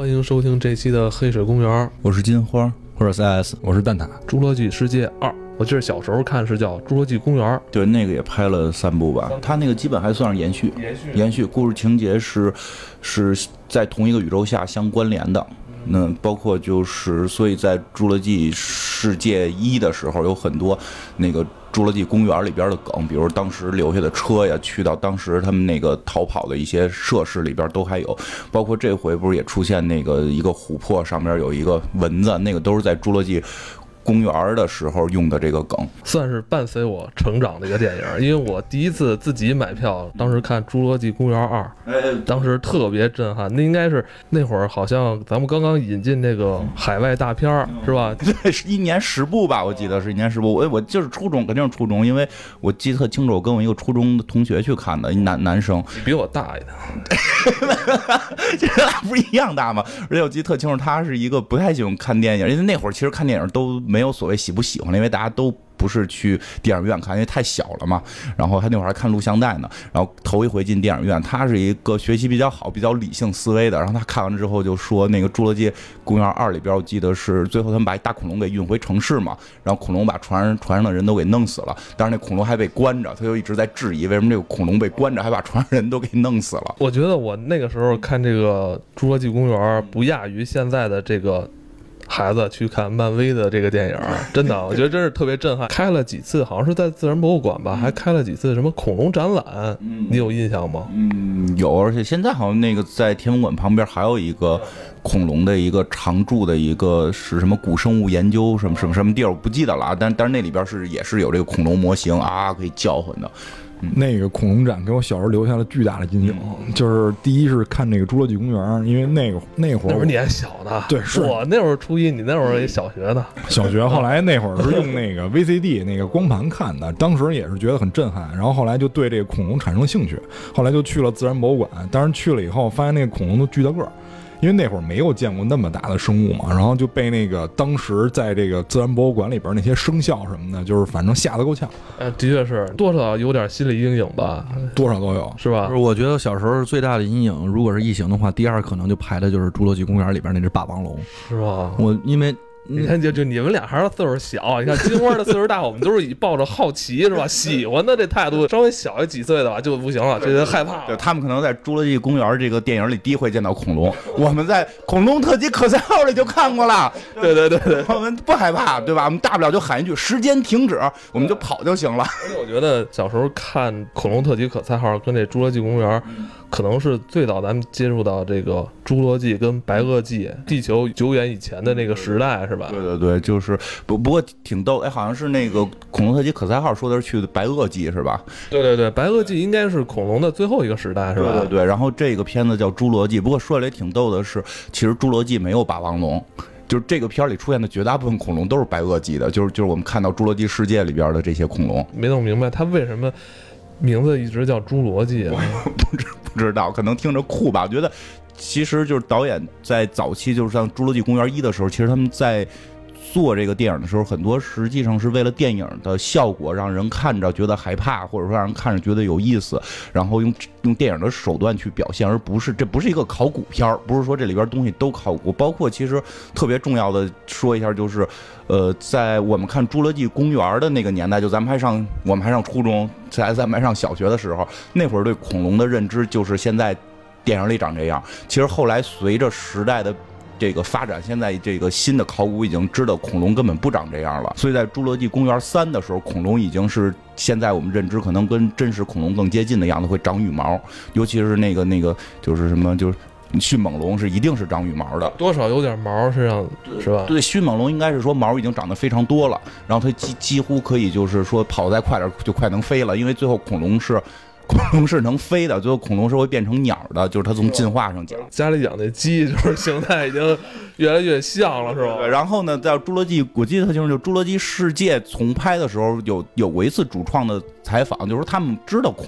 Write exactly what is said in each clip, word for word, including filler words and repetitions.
欢迎收听这期的黑水公园， 我是金花，或者 C S， 我是蛋挞。 侏罗纪世界二，我记得小时候看是叫侏罗纪公园， 对，那个也拍了三部吧，他那个基本还算是延续， 延续， 延续故事情节是是在同一个宇宙下相关联的。那包括就是，所以在侏罗纪世界一的时候，有很多那个侏罗纪公园里边的梗，比如当时留下的车呀，去到当时他们那个逃跑的一些设施里边都还有。包括这回不是也出现那个一个琥珀上面有一个蚊子，那个都是在侏罗纪公园的时候用的这个梗， 算是伴随我成长的一个电影。因为我第一次自己买票，当时看《侏罗纪公园二》，当时特别震撼。那应该是那会儿好像咱们刚刚引进那个海外大片儿，是吧？ 对，是一年十部吧，我记得是一年十部。我我就是初中，肯定是初中，因为我记得特清楚，我跟我一个初中的同学去看的，一男男生， 你比我大一点， 这俩不是一样大吗？而且我记得特清楚，他是一个不太喜欢看电影，因为那会儿其实看电影都没有所谓喜不喜欢，因为大家都不是去电影院看，因为太小了嘛。然后他那会儿还看录像带呢，然后头一回进电影院，他是一个学习比较好、比较理性思维的。然后他看完之后就说，那个《侏罗纪公园二》里边，我记得是最后他们把一大恐龙给运回城市嘛，然后恐龙把船上船上的人都给弄死了，但是那恐龙还被关着，他就一直在质疑为什么这个恐龙被关着，还把船上人都给弄死了。 我觉得我那个时候看这个《侏罗纪公园》不亚于现在的这个孩子去看漫威的这个电影，真的，我觉得真是特别震撼。开了几次，好像是在自然博物馆吧，还开了几次什么恐龙展览，你有印象吗？ 嗯，有，而且现在好像那个在天文馆旁边还有一个恐龙的一个常驻的一个是什么古生物研究什么什么什么地儿，我不记得了，但但是那里边是也是有这个恐龙模型啊，可以叫唤的。 那个恐龙展给我小时候留下了巨大的阴影，就是第一是看那个侏罗纪公园，因为那个那会儿那会儿你还小呢， 对，是我那会儿初一，你那会儿也小学呢， 小学。后来那会儿是用那个 V C D 那个光盘看的，当时也是觉得很震撼，然后后来就对这个恐龙产生兴趣，后来就去了自然博物馆。当然去了以后，发现那个恐龙都巨大个儿。因为那会儿没有见过那么大的生物嘛，然后就被那个当时在这个自然博物馆里边那些声效什么的，就是反正吓得够呛。 呃，的确是多少有点心理阴影吧， 多少都有， 是吧？ 我觉得小时候最大的阴影，如果是异形的话，第二可能就排的就是侏罗纪公园里边那只霸王龙， 是吧？ 我因为。 你看，就就你们俩还是岁数小，你看金花的岁数大，我们都是以抱着好奇是吧，喜欢的这态度，稍微小一几岁的吧就不行了，这就害怕了。 对，他们可能在《侏罗纪公园》这个电影里第一回见到恐龙，我们在《恐龙特辑可赛号》里就看过了。 对对对对， 我们不害怕，对吧？我们大不了就喊一句“时间停止”，我们就跑就行了。 而且我觉得小时候看《恐龙特辑可赛号》跟这《侏罗纪公园》，可能是最早咱们接触到这个侏罗纪跟白垩纪，地球久远以前的那个时代，是吧？ 对对对，就是不不过挺逗，哎，好像是那个恐龙特辑可赛号说的是去的白垩纪是吧？ 对对对，白垩纪应该是恐龙的最后一个时代是吧？ 对对对，然后这个片子叫侏罗纪，不过说来挺逗的是，其实侏罗纪没有霸王龙。就是这个片里出现的绝大部分恐龙都是白垩纪的，就是就是我们看到侏罗纪世界里边的这些恐龙。 没弄明白它为什么名字一直叫侏罗纪啊？ 不知不知道，可能听着酷吧。我觉得其实就是导演在早期，就是像《侏罗纪公园一》的时候，其实他们在做这个电影的时候，很多实际上是为了电影的效果，让人看着觉得害怕，或者说让人看着觉得有意思，然后用用电影的手段去表现，而不是这不是一个考古片，不是说这里边东西都考古。包括其实特别重要的说一下，就是呃，在我们看《侏罗纪公园》的那个年代，就咱们还上我们还上初中，在咱们还上小学的时候，那会儿对恐龙的认知就是现在电影里长这样。其实后来随着时代的这个发展，现在这个新的考古已经知道恐龙根本不长这样了，所以在《侏罗纪公园三》的时候，恐龙已经是现在我们认知可能跟真实恐龙更接近的样子，会长羽毛，尤其是那个那个就是什么就是迅猛龙是一定是长羽毛的， 多少有点毛身上是吧？ 对，迅猛龙应该是说毛已经长得非常多了，然后它几几乎可以就是说跑再快点就快能飞了，因为最后恐龙是。恐龙是能飞的，最后恐龙是会变成鸟的，就是它从进化上讲。 家里养那鸡就是形态已经越来越像了，是吧？ 对。然后呢，在侏罗纪，我记得特清楚，就侏罗纪世界重拍的时候有有过一次主创的采访，就是说他们知道恐龙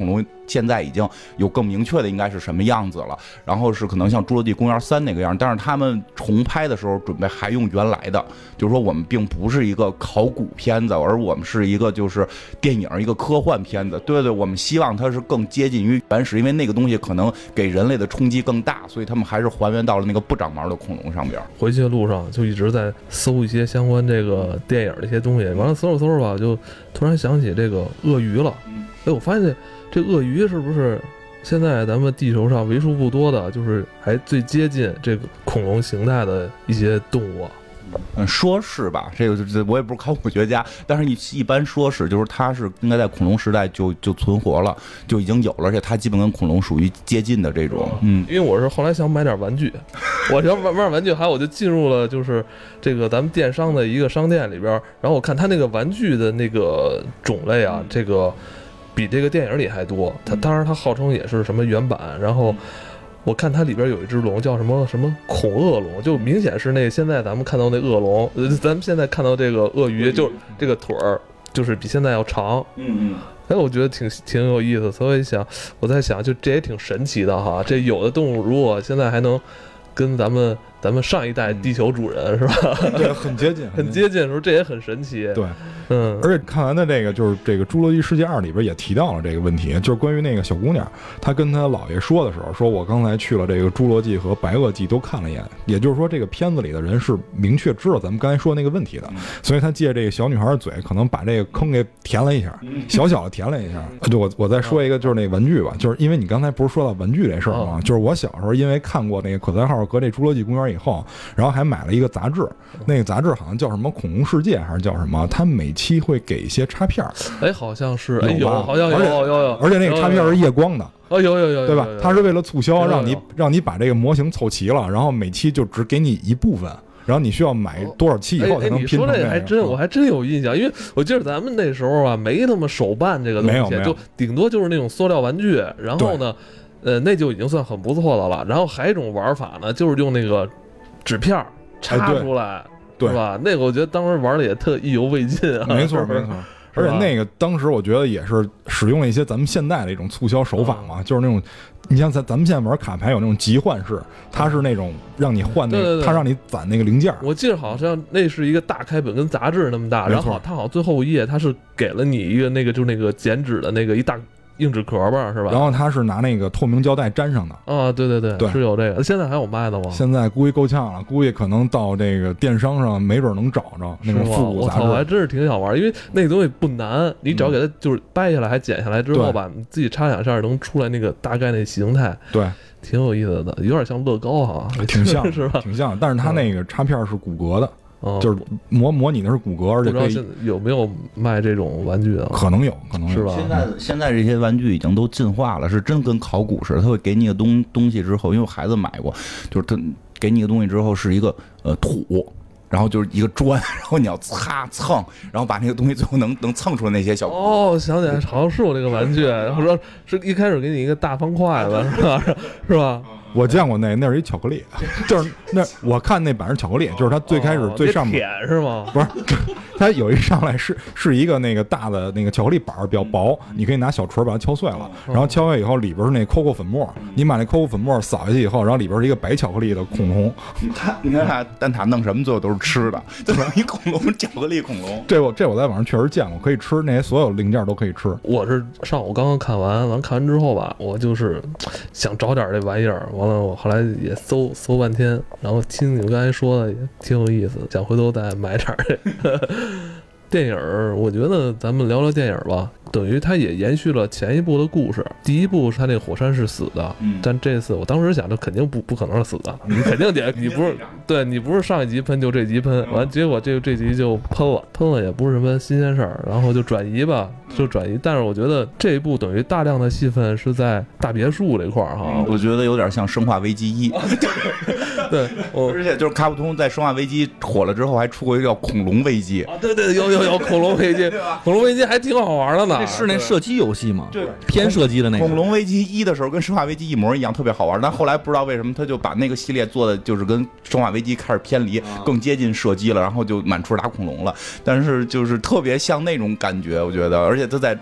现在已经有更明确的应该是什么样子了。然后是可能像《侏罗纪公园三》那个样，但是他们重拍的时候准备还用原来的，就是说我们并不是一个考古片子，而我们是一个就是电影一个科幻片子。对对，我们希望它是更接近于原始，因为那个东西可能给人类的冲击更大，所以他们还是还原到了那个不长毛的恐龙上边。 回去的路上就一直在搜一些相关这个电影的一些东西，完了搜着搜着吧，就突然想起这个鳄鱼了。哎，我发现这这鳄鱼是不是现在咱们地球上为数不多的，就是还最接近这个恐龙形态的一些动物啊？ 嗯，说是吧，这个这我也不是考古学家，但是一一般说是，就是它是应该在恐龙时代就就存活了，就已经有了，而且它基本跟恐龙属于接近的这种。嗯， 因为我是后来想买点玩具，我想玩玩点玩具，还有我就进入了就是这个咱们电商的一个商店里边，然后我看它那个玩具的那个种类啊，这个比这个电影里还多。它当然它号称也是什么原版，然后。我看它里边有一只龙叫什么什么恐恶龙，就明显是那现在咱们看到那恶龙，呃，咱们现在看到这个鳄鱼，就这个腿儿就是比现在要长。 嗯嗯。 哎，我觉得挺挺有意思，所以想我在想，就这也挺神奇的哈。这有的动物如果现在还能跟咱们咱们上一代地球主人是吧？ 对，很接近， 很接近的时候，这也很神奇。 对。 嗯， 而且看完的这个就是这个《侏罗纪世界二》里边也提到了这个问题，就是关于那个小姑娘，她跟她姥爷说的时候，说我刚才去了这个侏罗纪和白垩纪都看了一眼，也就是说这个片子里的人是明确知道咱们刚才说那个问题的，所以他借这个小女孩的嘴，可能把这个坑给填了一下，小小的填了一下。就我我再说一个，就是那个玩具吧，就是因为你刚才不是说到玩具这事儿吗？就是我小时候因为看过那个可赛号和这侏罗纪公园以后，然后还买了一个杂志，那个杂志好像叫什么恐龙世界还是叫什么，它每期会给一些插片， 哎，好像是，哎有，好像有有有， 而且那个插片是夜光的， 哦有有有， 对吧？它是为了促销，让你让你把这个模型凑齐了，然后每期就只给你一部分，然后你需要买多少期以后才能拼成这个。 哎，你说这还真，我还真有印象，因为我记得咱们那时候啊，没那么手办这个东西，就顶多就是那种塑料玩具，然后呢，呃，那就已经算很不错的了。然后还有一种玩法呢，就是用那个纸片插出来。 对是吧？那个我觉得当时玩的也特意犹未尽啊。 没错没错，而且那个当时我觉得也是使用了一些咱们现在的一种促销手法嘛，嗯、就是那种，你像咱咱们现在玩卡牌有那种集换式，它是那种让你换那个， 对对对， 它让你攒那个零件。 我记得好像那是一个大开本，跟杂志那么大，然后它好像最后一页它是给了你一个那个就是那个剪纸的那个一大。硬纸壳吧，是吧？ 然后它是拿那个透明胶带粘上的啊，对对对， 对， 是有这个。现在还有卖的吗？ 现在估计够呛了，估计可能到这个电商上没准能找着那种复古杂志。 我操，还真是挺想玩，因为那个东西不难，你只要给它就是掰下来，还剪下来之后吧，你自己插两下能出来那个大概那形态。 对， 挺有意思的，有点像乐高哈， 挺像是吧？ 挺像，但是它那个插片是骨骼的。哦、就是模模拟的是骨骼，而且可以。 不知道有没有卖这种玩具的？ 可能有，可能有是吧？ 现在现在这些玩具已经都进化了，是真跟考古似的。他会给你个东东西之后，因为我孩子买过，就是他给你个东西之后是一个呃土，然后就是一个砖，然后你要擦蹭，然后把那个东西最后能能蹭出来那些小。 哦，想起来好像是我这个玩具，然后说是一开始给你一个大方块子，是吧？是吧？ 我见过那，那是一巧克力，就是那我看那版是巧克力，就是它最开始最上面、 哦、是吗？ 不是，它有一上来是是一个那个大的那个巧克力板比较薄，你可以拿小锤把它敲碎了，然后敲碎以后里边是那 C O C O 粉末，你把那 C O C O 粉末扫下去以后，然后里边是一个白巧克力的恐龙。 你看，你看它蛋挞弄什么最后都是吃的，对吧？一恐龙巧克力恐龙， 这我这我在网上确实见过，可以吃，那些所有零件都可以吃。 我是上午刚刚看完，完看完之后吧，我就是想找点这玩意儿，完了我后来也搜搜半天，然后听你们刚才说的也挺有意思，想回头再买点儿。电影我觉得咱们聊聊电影吧，等于它也延续了前一部的故事。第一部是他那火山是死的，嗯，但这次我当时想，这肯定不不可能是死的，你肯定得你不是对你不是上一集喷就这集喷，完结果这这集就喷了，喷了也不是什么新鲜事儿，然后就转移吧，就转移。但是我觉得这一部等于大量的戏份是在大别墅这块儿哈， 我觉得有点像《生化危机一》。 对， 而且就是卡普通在《生化危机》火了之后，还出过一个叫《恐龙危机》 啊，对对，有有有恐龙危机，恐龙危机还挺好玩的呢。 这是那射击游戏吗？ 对， 偏射击的那个。 恐龙危机一的时候跟生化危机一模一样，特别好玩。但后来不知道为什么他就把那个系列做的就是跟生化危机开始偏离，更接近射击了，然后就满处打恐龙了。但是就是特别像那种感觉，我觉得，而且他在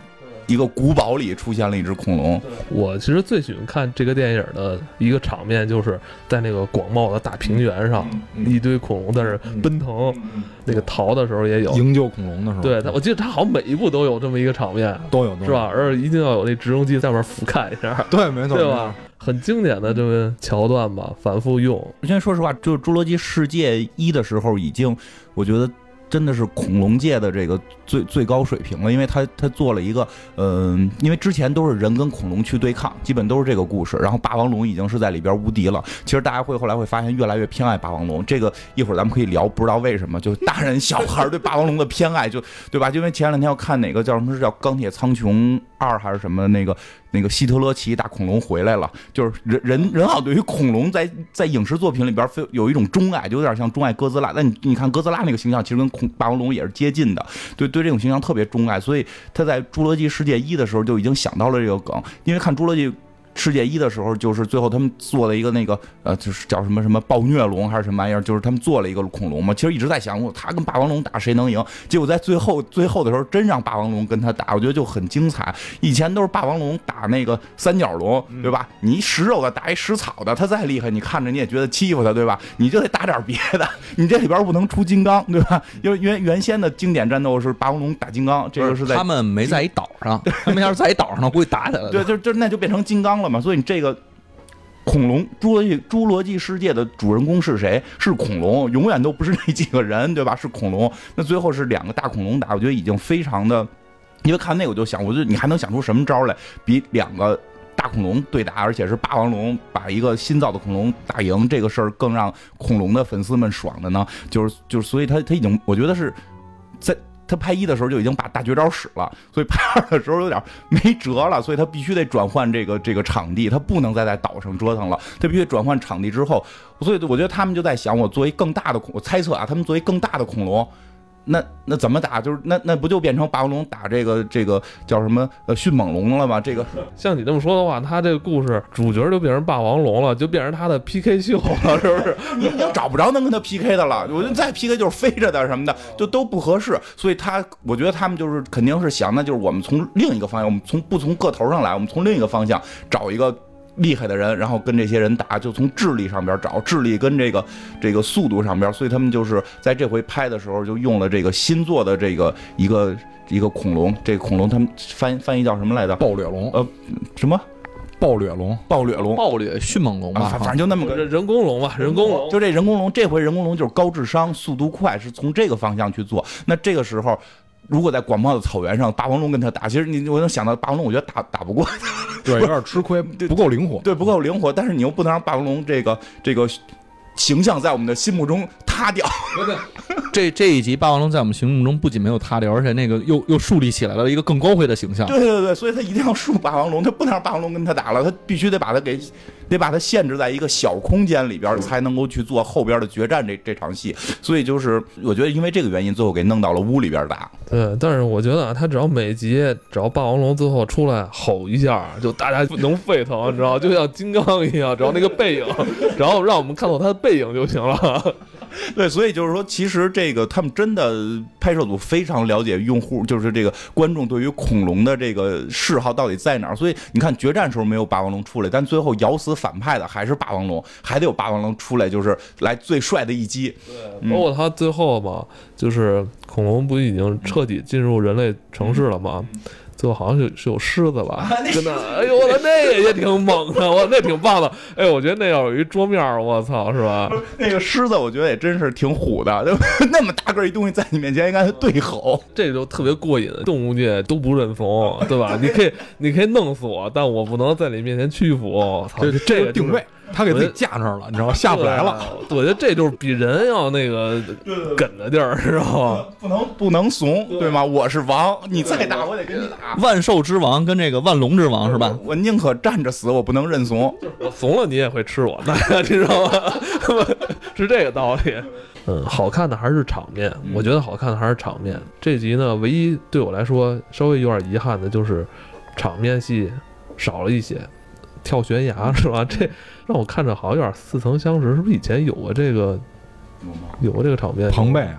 一个古堡里出现了一只恐龙。 我其实最喜欢看这个电影的一个场面，就是在那个广袤的大平原上，一堆恐龙在那奔腾，那个逃的时候也有营救恐龙的时候， 对，我记得他好像每一部都有这么一个场面， 都有， 是吧？而且一定要有那直升机在那边俯瞰一下， 对，没错， 对吧？很经典的这个桥段吧，反复用。 现在说实话，就是《侏罗纪世界一》的时候，已经我觉得真的是恐龙界的这个最最高水平了，因为他他做了一个，嗯、呃，因为之前都是人跟恐龙去对抗，基本都是这个故事。然后霸王龙已经是在里边无敌了。其实大家会后来会发现，越来越偏爱霸王龙。这个一会儿咱们可以聊，不知道为什么，就大人小孩对霸王龙的偏爱，就对吧？因为前两天要看哪个叫什么是叫《钢铁苍穹二》还是什么那个。那个希特勒骑大恐龙回来了，就是人人人好像对于恐龙在在影视作品里边有一种钟爱，就有点像钟爱哥斯拉。但你你看哥斯拉那个形象，其实跟恐霸王龙也是接近的，对对这种形象特别钟爱，所以他在《侏罗纪世界一》的时候就已经想到了这个梗，因为看《侏罗纪世界一》的时候，就是最后他们做了一个那个呃，就是叫什么什么暴虐龙还是什么玩意儿，就是他们做了一个恐龙嘛。其实一直在想，他跟霸王龙打谁能赢？结果在最后最后的时候，真让霸王龙跟他打，我觉得就很精彩。以前都是霸王龙打那个三角龙，对吧？你一食肉的打一食草的，他再厉害，你看着你也觉得欺负他，对吧？你就得打点别的，你这里边不能出金刚，对吧？因为原原先的经典战斗是霸王龙打金刚，这个是在他们没在一岛上，他们要是在一岛上，估计打起来了。 对，就就那就变成金刚了嘛。所以你这个恐龙侏罗纪侏罗纪世界的主人公是谁？是恐龙，永远都不是那几个人，对吧？是恐龙。那最后是两个大恐龙打，我觉得已经非常的，因为看那个我就想，我觉得你还能想出什么招来，比两个大恐龙对打，而且是霸王龙把一个新造的恐龙打赢，这个事儿更让恐龙的粉丝们爽的呢？就是就是，所以他他已经，我觉得是在。他拍一的时候就已经把大绝招使了，所以拍二的时候有点没辙了，所以他必须得转换这个这个场地，他不能再在岛上折腾了，他必须转换场地之后，所以我觉得他们就在想，我作为更大的恐，我猜测啊，他们作为更大的恐龙。那那怎么打？就是那那不就变成霸王龙打这个这个叫什么呃迅猛龙了吗？这个像你这么说的话，他这个故事主角就变成霸王龙了，就变成他的 P K 秀了，是不是？ 你已经找不着能跟他 P K 的了，我觉得再 P K 就是飞着的什么的，就都不合适。所以他，我觉得他们就是肯定是想，那就是我们从另一个方向，我们从不从个头上来，我们从另一个方向找一个。厉害的人，然后跟这些人打，就从智力上边找，智力跟这个这个速度上边，所以他们就是在这回拍的时候就用了这个新做的这个一个一个恐龙，这个恐龙他们翻翻译叫什么来着？ 暴掠龙， 呃，什么？ 暴掠龙， 暴掠龙， 暴掠迅猛龙吧、 啊，反正就那么个人工龙吧，人工龙， 就这人工龙，这回人工龙就是高智商、速度快，是从这个方向去做。那这个时候。如果在广袤的草原上，霸王龙跟他打，其实你我能想到霸王龙，我觉得打打不过， 对，有点吃亏，不够灵活， 对，不够灵活。但是你又不能让霸王龙这个这个形象在我们的心目中塌掉。 这这一集霸王龙在我们心目中不仅没有塌掉，而且那个又又树立起来了一个更光辉的形象。 对对对，所以他一定要树霸王龙，他不能让霸王龙跟他打了，他必须得把他给得把它限制在一个小空间里边，才能够去做后边的决战这这场戏。所以就是我觉得因为这个原因，最后给弄到了屋里边打。 对，但是我觉得啊，他只要每集只要霸王龙最后出来吼一下，就大家能沸腾，你知道，就像金刚一样，只要那个背影，然后让我们看到他的背影就行了。 对，所以就是说，其实这个他们真的拍摄组非常了解用户，就是这个观众对于恐龙的这个嗜好到底在哪儿。所以你看决战时候没有霸王龙出来，但最后咬死反派的还是霸王龙，还得有霸王龙出来，就是来最帅的一击。 对，包括他最后嘛，就是恐龙不已经彻底进入人类城市了吗？最后好像是是有狮子吧，真的，哎呦我的那个也挺猛的，我那挺棒的，哎，我觉得那要有一桌面，我操，是吧？ 那个狮子我觉得也真是挺虎的，对吧？那么大个一东西在你面前应该对吼， 这就特别过瘾。动物界都不认怂，对吧？你可以你可以弄死我，但我不能在你面前屈服。操， 这这个定位。他给自己架那儿了，你知道吗？下不来了。 我觉得这就是比人要那个梗的地儿，知道吗？ 不能不能怂，对吗？我是王，你再打我得跟你打。 万兽之王跟这个万龙之王是吧？ 我宁可站着死，我不能认怂。 我怂了，你也会吃我的，你知道吗？是这个道理。嗯，好看的还是场面，我觉得好看的还是场面。这集呢，唯一对我来说稍微有点遗憾的就是场面戏少了一些。跳悬崖是吧？这让我看着好像有点似曾相识，是不是以前有过这个有过这个场面？ 庞贝啊，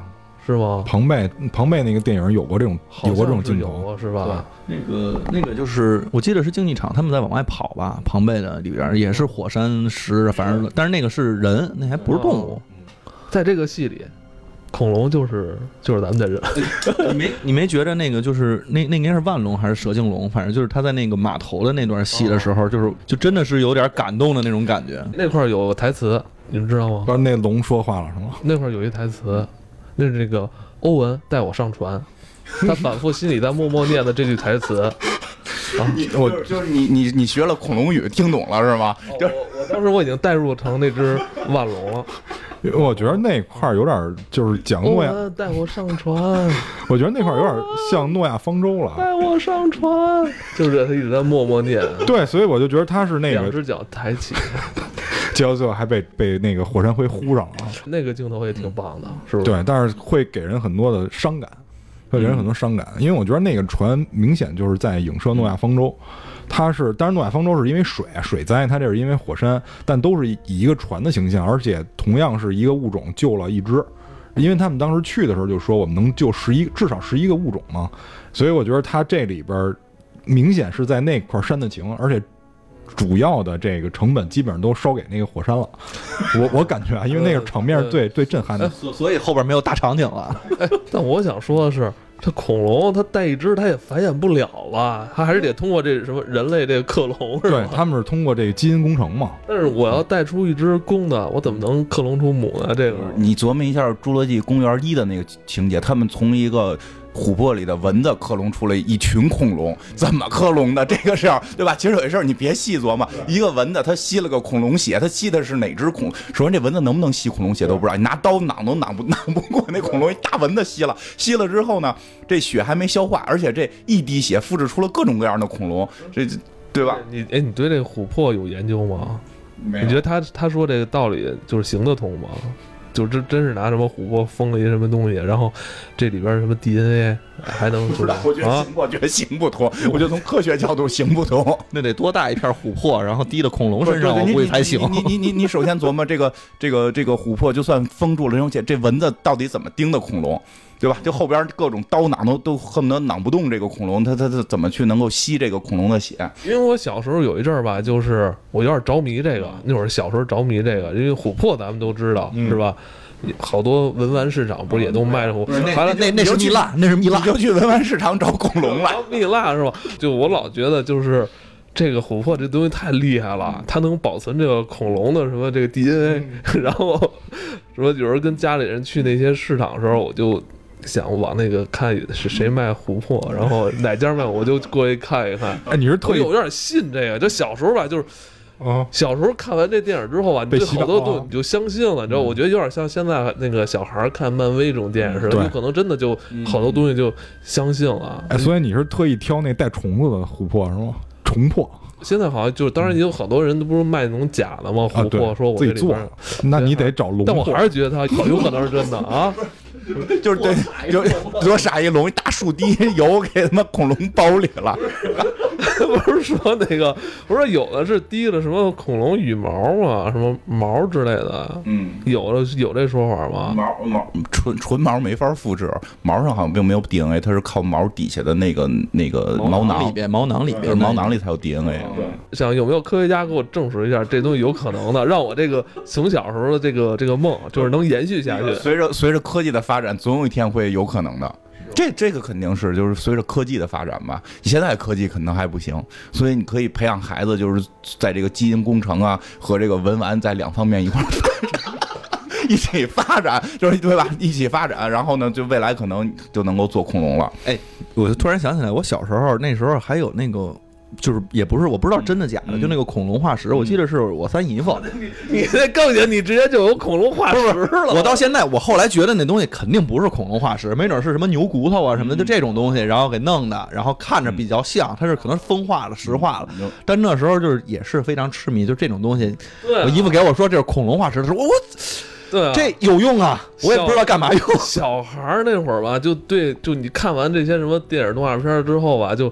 是吗？ 庞贝庞贝那个电影有过这种有过这种镜有头过是吧？ 那个那个就是我记得是竞技场他们在往外跑吧，庞贝的里边也是火山石，反正但是那个是人，那还不是动物。 在这个戏里，恐龙就是就是咱们的人。 你没你没觉得那个就是那那应该是万龙还是蛇颈龙，反正就是他在那个码头的那段戏的时候，就是就真的是有点感动的那种感觉。 那块儿有台词，你们知道吗？ 不是那龙说话了是吗？ 那块儿有一台词，那是这个欧文带我上船，他反复心里在默默念的这句台词。啊， 我就是你你你学了恐龙语，听懂了是吗？ 哦、我我当时我已经代入成那只万龙了。 我觉得那块儿有点就是讲诺亚， 带我上船。 我觉得那块儿有点像诺亚方舟了。 带我上船，就是他一直在默默念。 对，所以我就觉得他是那个两只脚抬起， 结果最后还被被那个火山灰呼上了。 那个镜头也挺棒的，是不是？ 对，但是会给人很多的伤感。会给人很多伤感，因为我觉得那个船明显就是在影射诺亚方舟，它是当然诺亚方舟是因为水水灾，它这是因为火山，但都是以一个船的形象，而且同样是一个物种救了一只，因为他们当时去的时候就说我们能救十一至少十一个物种嘛，所以我觉得它这里边明显是在那块煽的情，而且主要的这个成本基本上都烧给那个火山了，我我感觉啊，因为那个场面是最最震撼的， 所以后边没有大场景了。 哎，但我想说的是，这恐龙它带一只它也繁衍不了了，它还是得通过这什么人类这个克隆，是吧？ 对，他们是通过这个基因工程嘛。 但是我要带出一只公的，我怎么能克隆出母呢？这个你琢磨一下《侏罗纪公园一》的那个情节，他们从一个琥珀里的蚊子克隆出了一群恐龙，怎么克隆的？这个事儿，对吧？其实有些事儿你别细琢磨。一个蚊子它吸了个恐龙血，它吸的是哪只恐？首先这蚊子能不能吸恐龙血都不知道，你拿刀攮都攮不攮不过那恐龙，一大蚊子吸了，吸了之后呢，这血还没消化，而且这一滴血复制出了各种各样的恐龙，这对吧？ 你哎，你对这个琥珀有研究吗？ 没有。 你觉得他他说这个道理就是行得通吗？就真真是拿什么琥珀封了一什么东西，然后这里边什么 D N A 还能不知道？我觉得行，我觉得行不通。我觉得从科学角度行不通。 那得多大一片琥珀，然后滴到恐龙身上，我估计才行。 你你你你首先琢磨这个这个这个琥珀，就算封住了这种血，这蚊子到底怎么叮的恐龙？对吧？就后边各种刀攮都都恨不得攮不动这个恐龙，它它它怎么去能够吸这个恐龙的血？ 因为我小时候有一阵儿吧，就是我有点着迷这个，那会儿小时候着迷这个，因为琥珀咱们都知道、嗯、是吧？好多文玩市场不是也都卖着琥珀？ 完了，那那是蜜蜡，那是蜜蜡， 你就去文玩市场找恐龙了。 蜜蜡是吧？就我老觉得就是这个琥珀这东西太厉害了，它能保存这个恐龙的什么这个 D N A，、嗯、然后说有时候跟家里人去那些市场的时候，我就想往那个看是谁卖琥珀，然后哪家卖我就过去看一看。 哎，你是特意有点信这个，就小时候吧，就是。 哦， 小时候看完这电影之后啊，你对好多东西你就相信了，你知道？我觉得有点像现在那个小孩看漫威这种电影似的，有可能真的就好多东西就相信了。 哎，所以你是特意挑那带虫子的琥珀是吗？虫珀。 现在好像就是，当然也有好多人都不是卖那种假的吗？琥珀说我自己做，那你得找龙。 但我还是觉得它有可能是真的啊。 就是对，就多撒一龙，一大树滴油给他妈恐龙包里了。 不是说那个，不是有的是滴了什么恐龙羽毛嘛，什么毛之类的。嗯，有的有这说法吗？ 毛毛纯纯毛没法复制，毛上好像并没有 D N A， 它是靠毛底下的那个那个毛囊里边，毛囊里边， 毛囊里才有 D N A。 对，想有没有科学家给我证实一下这东西有可能的，让我这个从小时候的这个这个梦就是能延续下去。 随着随着科技的发展，总有一天会有可能的。这这个肯定是就是随着科技的发展吧，现在科技可能还不行，所以你可以培养孩子，就是在这个基因工程啊和这个文玩在两方面一块儿一起发展，就是对吧？一起发展，然后呢，就未来可能就能够做恐龙了。 哎，我就突然想起来，我小时候那时候还有那个。就是也不是我不知道真的假的、嗯、就那个恐龙化石、嗯、我记得是我三姨夫、 嗯、你那更行，你直接就有恐龙化石了。 我到现在我后来觉得那东西肯定不是恐龙化石，没准是什么牛骨头啊什么的、嗯、就这种东西然后给弄的，然后看着比较像它是可能风化了石化了、嗯、但那时候就是也是非常痴迷，就这种东西、啊、我姨夫给我说这是恐龙化石的时候我我对、啊， 这有用啊，我也不知道干嘛用。 小孩那会儿吧，就对，就你看完这些什么电影动画片之后吧，就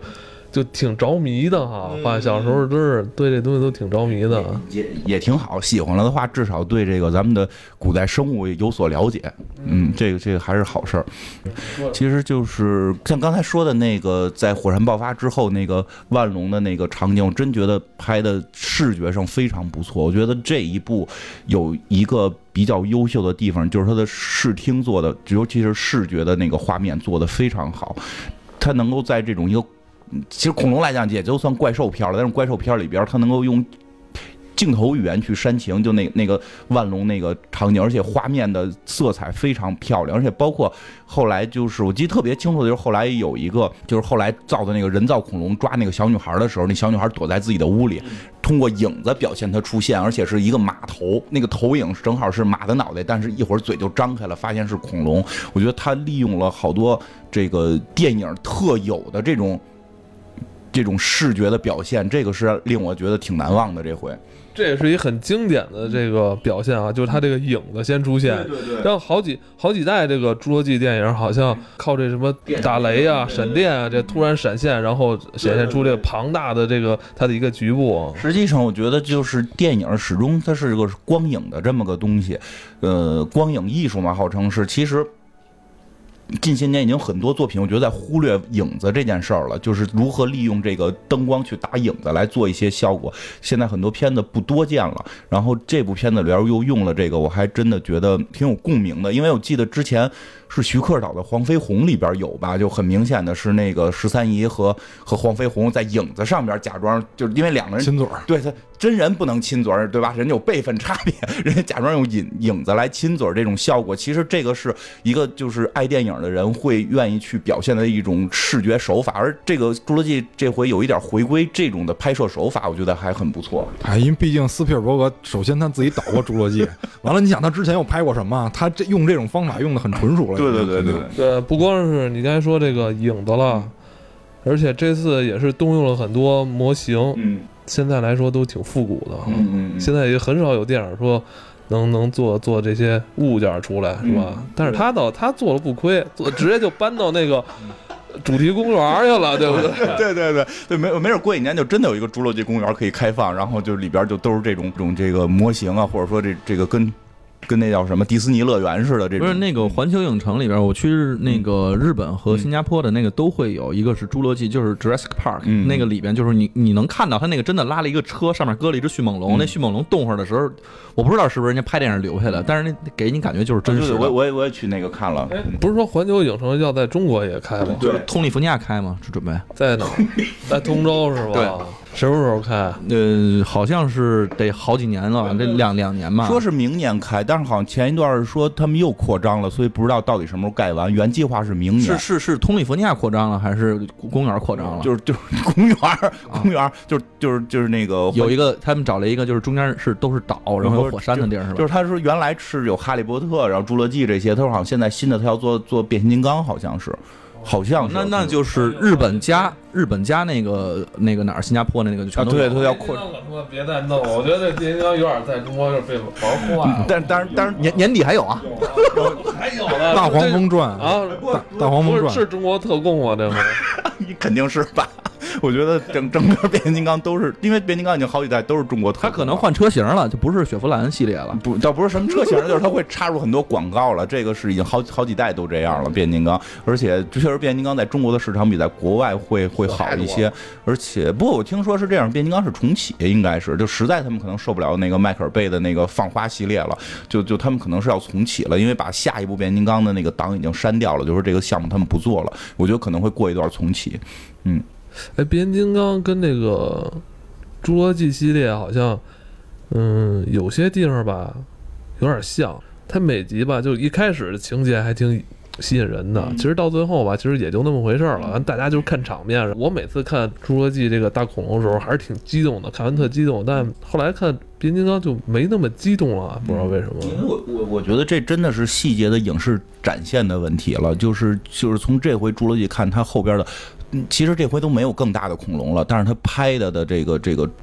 就挺着迷的哈。发现小时候真是对这东西都挺着迷的， 也也挺好。喜欢了的话，至少对这个咱们的古代生物有所了解。嗯，这个这个还是好事儿。其实就是像刚才说的那个，在火山爆发之后那个万隆的那个场景，我真觉得拍的视觉上非常不错。我觉得这一部有一个比较优秀的地方，就是它的视听做的，尤其是视觉的那个画面做的非常好。它能够在这种一个，其实恐龙来讲也就算怪兽片了，但是怪兽片里边它能够用镜头语言去煽情，就那那个万隆那个场景，而且画面的色彩非常漂亮，而且包括后来就是我记得特别清楚的就是后来有一个就是后来造的那个人造恐龙抓那个小女孩的时候，那小女孩躲在自己的屋里，通过影子表现她出现，而且是一个马头，那个投影正好是马的脑袋，但是一会儿嘴就张开了，发现是恐龙。我觉得他利用了好多这个电影特有的这种这种视觉的表现，这个是令我觉得挺难忘的。这回这也是一很经典的这个表现啊，就是它这个影子先出现， 对对对， 然后好几好几代这个侏罗纪电影好像靠这什么打雷啊、闪电啊，这突然闪现，然后显现出这个庞大的这个它的一个局部。 实际上，我觉得就是电影始终它是个光影的这么个东西，呃，光影艺术嘛，号称是，其实。近些年已经很多作品，我觉得在忽略影子这件事儿了，就是如何利用这个灯光去打影子来做一些效果。现在很多片子不多见了，然后这部片子里边又用了这个，我还真的觉得挺有共鸣的。因为我记得之前是徐克导的《黄飞鸿》里边有吧，就很明显的是那个十三姨和和黄飞鸿在影子上边假装，就是因为两个人亲嘴儿， 对他真人不能亲嘴儿，对吧？人家有辈分差别，人家假装用影影子来亲嘴儿这种效果，其实这个是一个就是爱电影的人会愿意去表现的一种视觉手法，而这个《侏罗纪》这回有一点回归这种的拍摄手法，我觉得还很不错。 哎，因为毕竟斯皮尔伯格首先他自己导过《侏罗纪》，完了你想他之前又拍过什么？他这用这种方法用的很纯熟了。 对对对对对， 对，不光是你刚才说这个影子了，而且这次也是动用了很多模型， 嗯， 现在来说都挺复古的， 嗯嗯嗯， 现在也很少有电影说能能做做这些物件出来，是吧？ 嗯、 但是他倒他做了不亏，做直接就搬到那个主题公园去了，对不对？ 对对对对，没没准过几年就真的有一个侏罗纪公园可以开放，然后就里边就都是这种这种这个模型啊，或者说这这个跟。跟那叫什么迪士尼乐园似的这种， 不是那个环球影城里边，我去那个日本和新加坡的那个都会有一个是侏罗纪，就是 Jurassic Park，、嗯、那个里边就是你你能看到他那个真的拉了一个车，上面搁了一只迅猛龙，嗯、那迅猛龙动会儿的时候，我不知道是不是人家拍电影留下的，但是那给你感觉就是真实的。 对对，我我也我也去那个看了， 不是说环球影城要在中国也开吗？ 对， 通利福尼亚开吗？是准备在哪？在通州是吧？ 对。 什么时候开？ 呃，好像是得好几年了，这两两年吧。 说是明年开，但是好像前一段是说他们又扩张了，所以不知道到底什么时候盖完。原计划是明年。 是是是，通利福尼亚扩张了还是公园扩张了？ 就是就是公园，公园就是就是就是那个有一个他们找了一个就是中间是都是岛，然后有火山的地儿是吧？ 就是他说原来是有哈利波特，然后侏罗纪这些，他说好像现在新的他要做做变形金刚，好像是。好像是那那就是日本加日本加那个那个哪儿新加坡的那个就全都、 啊、对，他要扩。 别再弄了，我觉得这变形金刚有点在中国就被玩坏了。 但但是但是年年底还有啊， 还有呢， 大黄蜂传啊， 大大黄蜂传是中国特供吗？这回你肯定是吧？我觉得整整个变形金刚都是，因为变形金刚已经好几代都是中国特供， 它可能换车型了，就不是雪佛兰系列了。 不，倒不是什么车型，就是它会插入很多广告了。这个是已经好好几代都这样了，变形金刚。而且确实变形金刚在中国的市场比在国外会会好一些。而且不过我听说是这样，变形金刚是重启，应该是就实在他们可能受不了那个迈克尔贝的那个放花系列了，就就他们可能是要重启了，因为把下一部变形金刚的那个档已经删掉了，就是这个项目他们不做了。我觉得可能会过一段重启，嗯。 哎，变形金刚跟那个侏罗纪系列好像，嗯，有些地方吧有点像。它每集吧，就一开始的情节还挺吸引人的，其实到最后吧，其实也就那么回事了。大家就是看场面。我每次看侏罗纪这个大恐龙的时候，还是挺激动的，看完特激动。但后来看变形金刚就没那么激动了，不知道为什么。 因为我我我觉得这真的是细节的影视展现的问题了，就是就是从这回侏罗纪看它后边的。其实这回都没有更大的恐龙了，但是他拍的的这个这个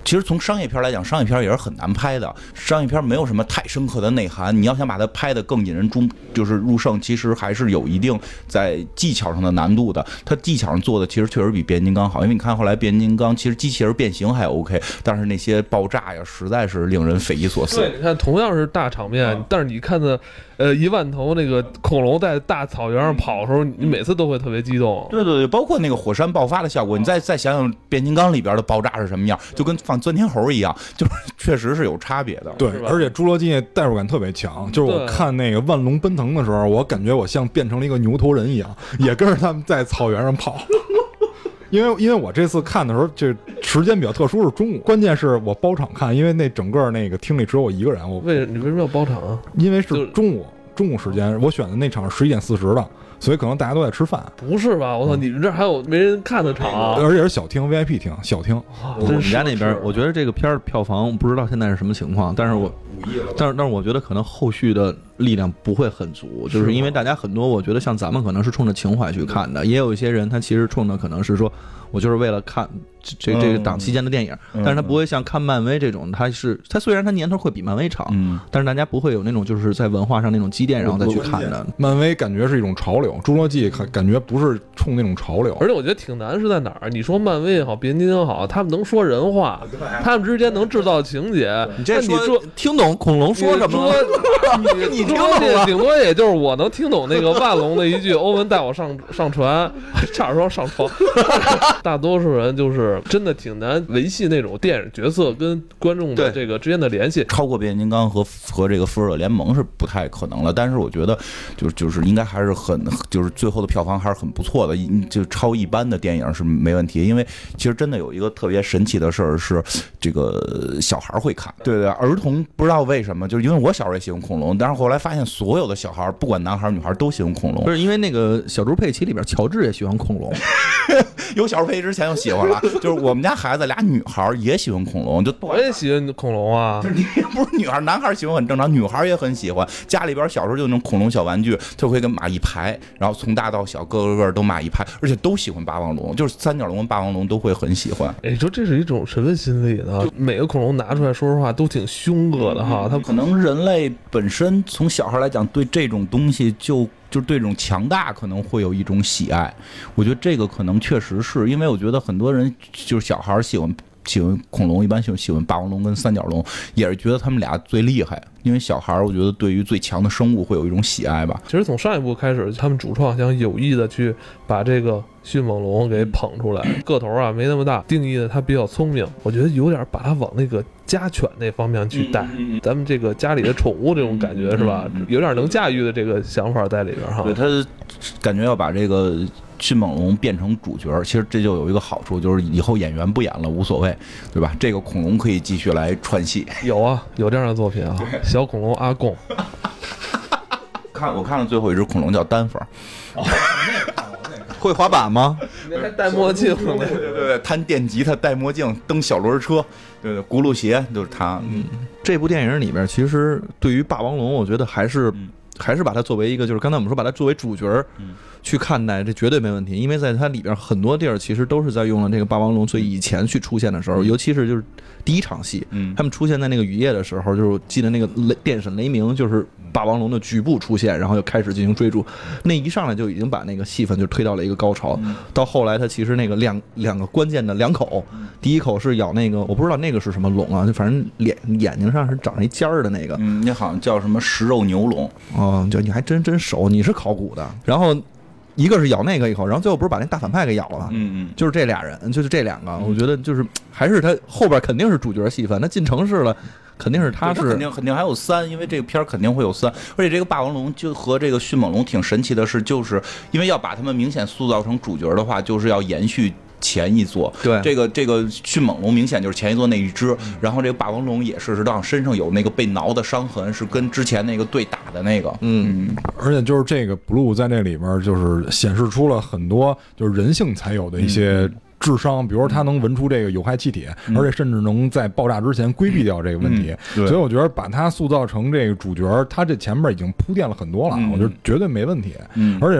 其实从商业片来讲，商业片也是很难拍的。商业片没有什么太深刻的内涵，你要想把它拍得更引人中，就是入胜，其实还是有一定在技巧上的难度的。它技巧上做的其实确实比变形金刚好，因为你看后来变形金刚其实机器人变形还 OK， 但是那些爆炸呀，实在是令人匪夷所思。 对，你看同样是大场面，嗯、但是你看的呃一万头那个恐龙在大草原上跑的时候，你每次都会特别激动。 对对对，包括那个火山爆发的效果，你再再想想变形金刚里边的爆炸是什么样，就跟放钻天猴一样，就是确实是有差别的。 对，而且侏罗纪代入感特别强，就是我看那个万龙奔腾的时候，我感觉我像变成了一个牛头人一样，也跟着他们在草原上跑。因为因为我这次看的时候，这时间比较特殊，是中午，关键是我包场看，因为那整个那个厅里只有我一个人。我为你为什么要包场啊？ 因为是中午中午时间，我选的那场是十一点四十的。所以可能大家都在吃饭。 不是吧？我操，你们这还有没人看的场、啊？ 而且是小厅 V I P 厅，小厅。 我们家那边，我觉得这个片儿票房不知道现在是什么情况，但是我，但是但是我觉得可能后续的力量不会很足，就是因为大家很多，我觉得像咱们可能是冲着情怀去看的，也有一些人他其实冲着可能是说，我就是为了看这这个档期间的电影，但是他不会像看漫威这种，他是他虽然他年头会比漫威长，嗯，但是大家不会有那种就是在文化上那种积淀然后再去看的。 漫威感觉是一种潮流。侏罗纪感觉不是冲那种潮流， 而且我觉得挺难是在哪儿？你说漫威也好，变形金刚好，他们能说人话，他们之间能制造情节。 你这说听懂恐龙说什么？ 你你听懂了？顶多也就是我能听懂那个万龙的一句“欧文带我上上船”，差点说上床。大多数人就是真的挺难维系那种电影角色跟观众的这个之间的联系。 超过变形金刚和和这个复仇者联盟是不太可能了，但是我觉得就是就是应该还是很。就是最后的票房还是很不错的，就超一般的电影是没问题。因为其实真的有一个特别神奇的事儿是，这个小孩会看，对对，儿童不知道为什么，就是因为我小时候也喜欢恐龙，但是后来发现所有的小孩，不管男孩女孩都喜欢恐龙。 不是因为那个小猪佩奇里边，乔治也喜欢恐龙， 有小猪佩奇之前就喜欢了，就是我们家孩子俩女孩也喜欢恐龙，就我也喜欢恐龙啊， 你不是女孩，男孩喜欢很正常，女孩也很喜欢。家里边小时候就那种恐龙小玩具，就会跟买一排。然后从大到小，个个个都买一排，而且都喜欢霸王龙，就是三角龙跟霸王龙都会很喜欢。 哎，说这是一种什么心理呢？每个恐龙拿出来，说实话都挺凶恶的哈。它可能人类本身从小孩来讲，对这种东西就就对这种强大可能会有一种喜爱。我觉得这个可能确实是因为我觉得很多人就是小孩喜欢。喜欢恐龙，一般喜欢喜欢霸王龙跟三角龙，也是觉得他们俩最厉害。因为小孩我觉得对于最强的生物会有一种喜爱吧。 其实从上一部开始，他们主创想有意的去把这个迅猛龙给捧出来，个头啊没那么大，定义的它比较聪明，我觉得有点把它往那个家犬那方面去带，嗯嗯、咱们这个家里的宠物这种感觉、嗯、是吧？有点能驾驭的这个想法在里边哈。 对，他感觉要把这个迅猛龙变成主角，其实这就有一个好处，就是以后演员不演了无所谓，对吧？这个恐龙可以继续来串戏。 有啊，有这样的作品啊，小恐龙阿贡。 看我看了最后一只恐龙叫丹佛。 哦， 会滑板吗？ 那还戴墨镜， 对对对对，弹电吉他，戴墨镜，蹬小轮车，对对，轱辘鞋就是他。 嗯，这部电影里边，其实对于霸王龙，我觉得还是、嗯、还是把它作为一个，就是刚才我们说把它作为主角。嗯，去看待这绝对没问题，因为在它里边很多地儿其实都是在用了这个霸王龙最以前去出现的时候，尤其是就是第一场戏，嗯，他们出现在那个雨夜的时候，就是记得那个雷电闪雷鸣，就是霸王龙的局部出现，然后又开始进行追逐，那一上来就已经把那个戏份就推到了一个高潮。到后来，它其实那个两两个关键的两口，第一口是咬那个我不知道那个是什么龙啊，就反正脸眼睛上是长着一尖儿的那个， 嗯，那好像叫什么食肉牛龙哦，就你还真真熟，你是考古的，然后。一个是咬那个一口，然后最后不是把那大反派给咬了吗？ 嗯嗯， 就是这俩人，就是这两个，我觉得就是还是他后边肯定是主角戏份，他进城市了，肯定是他是肯定肯定还有三，因为这个片儿肯定会有三，而且这个霸王龙就和这个迅猛龙挺神奇的是，就是因为要把他们明显塑造成主角的话，就是要延续。前一座， 对这个这个迅猛龙明显就是前一座那一只，嗯、然后这个霸王龙也是，实际上身上有那个被挠的伤痕，是跟之前那个对打的那个， 嗯， 而且就是这个 Blue 在那里边就是显示出了很多就是人性才有的一些。智商，比如说他能闻出这个有害气体，嗯、而且甚至能在爆炸之前规避掉这个问题，嗯、所以我觉得把他塑造成这个主角，他这前面已经铺垫了很多了，嗯、我觉得绝对没问题。嗯、而且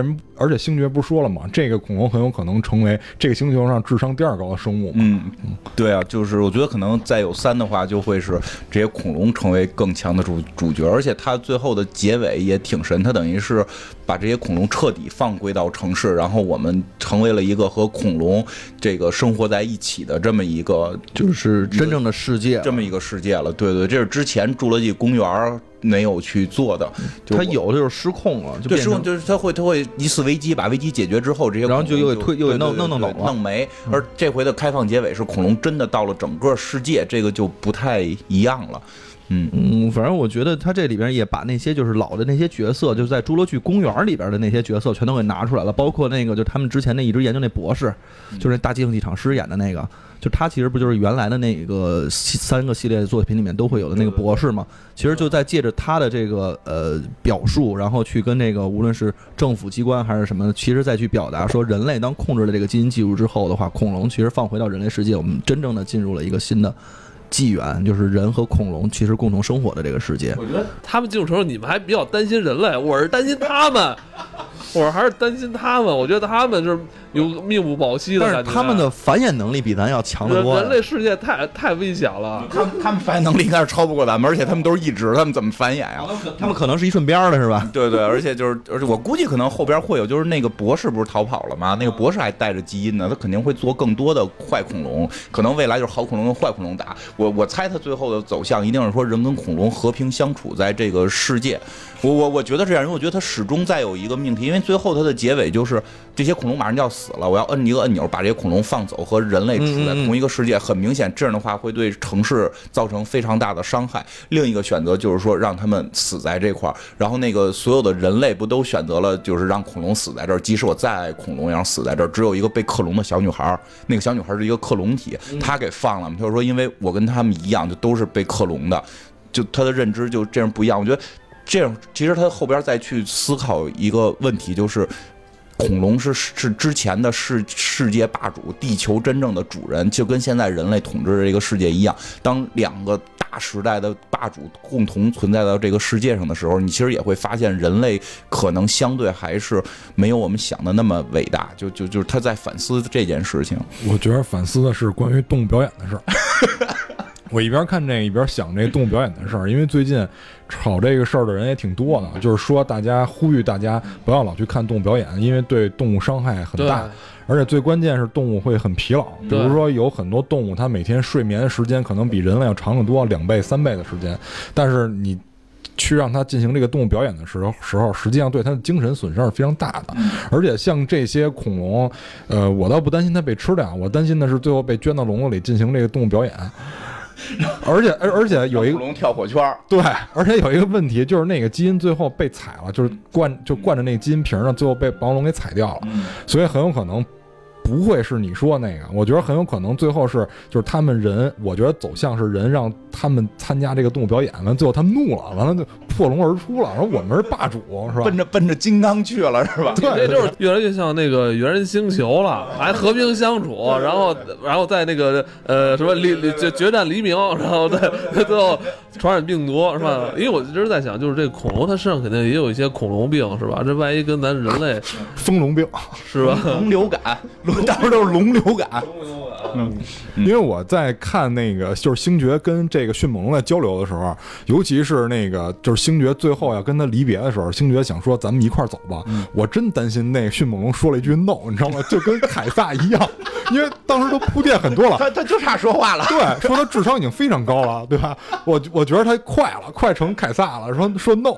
而且星爵不是说了吗？这个恐龙很有可能成为这个星球上智商第二高的生物嘛。 嗯，对啊，就是我觉得可能再有三的话，就会是这些恐龙成为更强的主主角，而且它最后的结尾也挺神，它等于是把这些恐龙彻底放归到城市，然后我们成为了一个和恐龙这个生活在一起的这么一个， 就是真正的世界， 这么一个世界了。对对，这是之前侏罗纪公园没有去做的，就它有的就是失控了，就对， 变成失控就是它会它会一次危机，把危机解决之后，这些然后就又给推又给弄对对对弄弄走了弄没。而这回的开放结尾是恐龙真的到了整个世界，这个就不太一样了。嗯嗯，反正我觉得他这里边也把那些就是老的那些角色，就是在侏罗纪公园里边的那些角色全都给拿出来了，包括那个就他们之前那一直研究那博士，就是那大竞技场师演的那个，就他其实不就是原来的那个三个系列作品里面都会有的那个博士嘛？其实就在借着他的这个呃表述，然后去跟那个无论是政府机关还是什么，其实再去表达说，人类当控制了这个基因技术之后的话，恐龙其实放回到人类世界，我们真正的进入了一个新的纪元，就是人和恐龙其实共同生活的这个世界。 我觉得他们进入城市，你们还比较担心人类，我是担心他们，我还是担心他们。我觉得他们是有命不保期的感觉， 但是他们的繁衍能力比咱要强得多。 人类世界太太危险了， 他们他们繁衍能力应该是超不过咱们，而且他们都是一直，他们怎么繁衍呀？ 他们可能是一顺边的，是吧？ 对对，而且就是，而且我估计可能后边会有，就是那个博士不是逃跑了吗？那个博士还带着基因呢，他肯定会做更多的坏恐龙，可能未来就是好恐龙跟坏恐龙打。我我猜他最后的走向一定是说人跟恐龙和平相处在这个世界。我我我觉得这样，因为我觉得他始终在有一个命题，因为最后他的结尾就是这些恐龙马上就要死了，我要摁一个按钮把这些恐龙放走，和人类处在同一个世界。很明显，这样的话会对城市造成非常大的伤害。另一个选择就是说让他们死在这块儿，然后那个所有的人类不都选择了就是让恐龙死在这儿？即使我再爱恐龙，也要死在这儿。只有一个被克隆的小女孩，那个小女孩是一个克隆体，她给放了。就是说，因为我跟他们一样，就都是被克隆的，就她的认知就这样不一样。我觉得。这样，其实他后边再去思考一个问题，就是恐龙是是之前的世世界霸主，地球真正的主人，就跟现在人类统治这个世界一样。当两个大时代的霸主共同存在到这个世界上的时候，你其实也会发现，人类可能相对还是没有我们想的那么伟大。就就就是他在反思这件事情。 我觉得反思的是关于动物表演的事儿。我一边看这个一边想这动物表演的事儿，因为最近吵这个事儿的人也挺多的，就是说大家呼吁大家不要老去看动物表演，因为对动物伤害很大，而且最关键是动物会很疲劳。比如说有很多动物它每天睡眠时间可能比人类要长得多，两倍三倍的时间，但是你去让它进行这个动物表演的时候，时候实际上对它的精神损伤是非常大的。而且像这些恐龙，呃，我倒不担心它被吃掉，我担心的是最后被圈到笼子里进行这个动物表演。而且而而且有一个恐龙跳火圈， 对，而且有一个问题就是那个基因最后被采了，就是灌就灌着那个基因瓶呢，最后被暴龙给采掉了，所以很有可能不会是你说那个，我觉得很有可能最后是就是他们人，我觉得走向是人让他们参加这个动物表演，完最后他们怒了，完了就破笼而出了，说我们是霸主，是吧？ 奔着奔着金刚去了，是吧？ 对，这就是越来越像那个猿人星球了，还和平相处，然后然后在那个呃什么离决决战黎明，然后在最后传染病毒，是吧？因为我一直在想，就是这个恐龙它身上肯定也有一些恐龙病，是吧？这万一跟咱人类丰隆病是吧？ 龙流感。到时候都是龙流感， 嗯，因为我在看那个就是星爵跟这个迅猛龙在交流的时候，尤其是那个就是星爵最后要跟他离别的时候，星爵想说咱们一块儿走吧，嗯、我真担心那个迅猛龙说了一句 no， 你知道吗？就跟凯撒一样，因为当时都铺垫很多了， 他他就差说话了， 对，说他智商已经非常高了，对吧？我我觉得他快了，快成凯撒了，说说 no。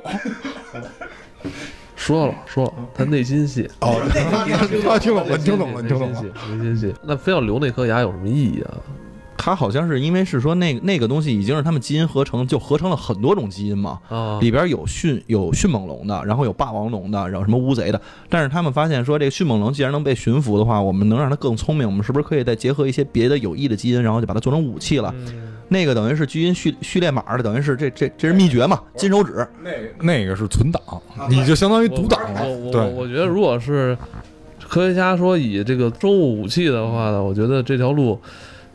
说了说了，他内心戏哦，他听懂了，听懂了，听懂了， 内心戏。那非要留那颗牙有什么意义啊？ 它好像是因为是说那那个东西已经是他们基因合成，就合成了很多种基因嘛， 啊， 里边有迅有迅猛龙的，然后有霸王龙的，然后什么乌贼的。但是他们发现说，这个迅猛龙既然能被驯服的话，我们能让它更聪明，我们是不是可以再结合一些别的有益的基因，然后就把它做成武器了？嗯，那个等于是基因序序列码的，等于是这这这是秘诀嘛，金手指。 那个那个是存档，你就相当于读档了。 我我对， 我觉得如果是科学家说以这个生物武器的话呢，我觉得这条路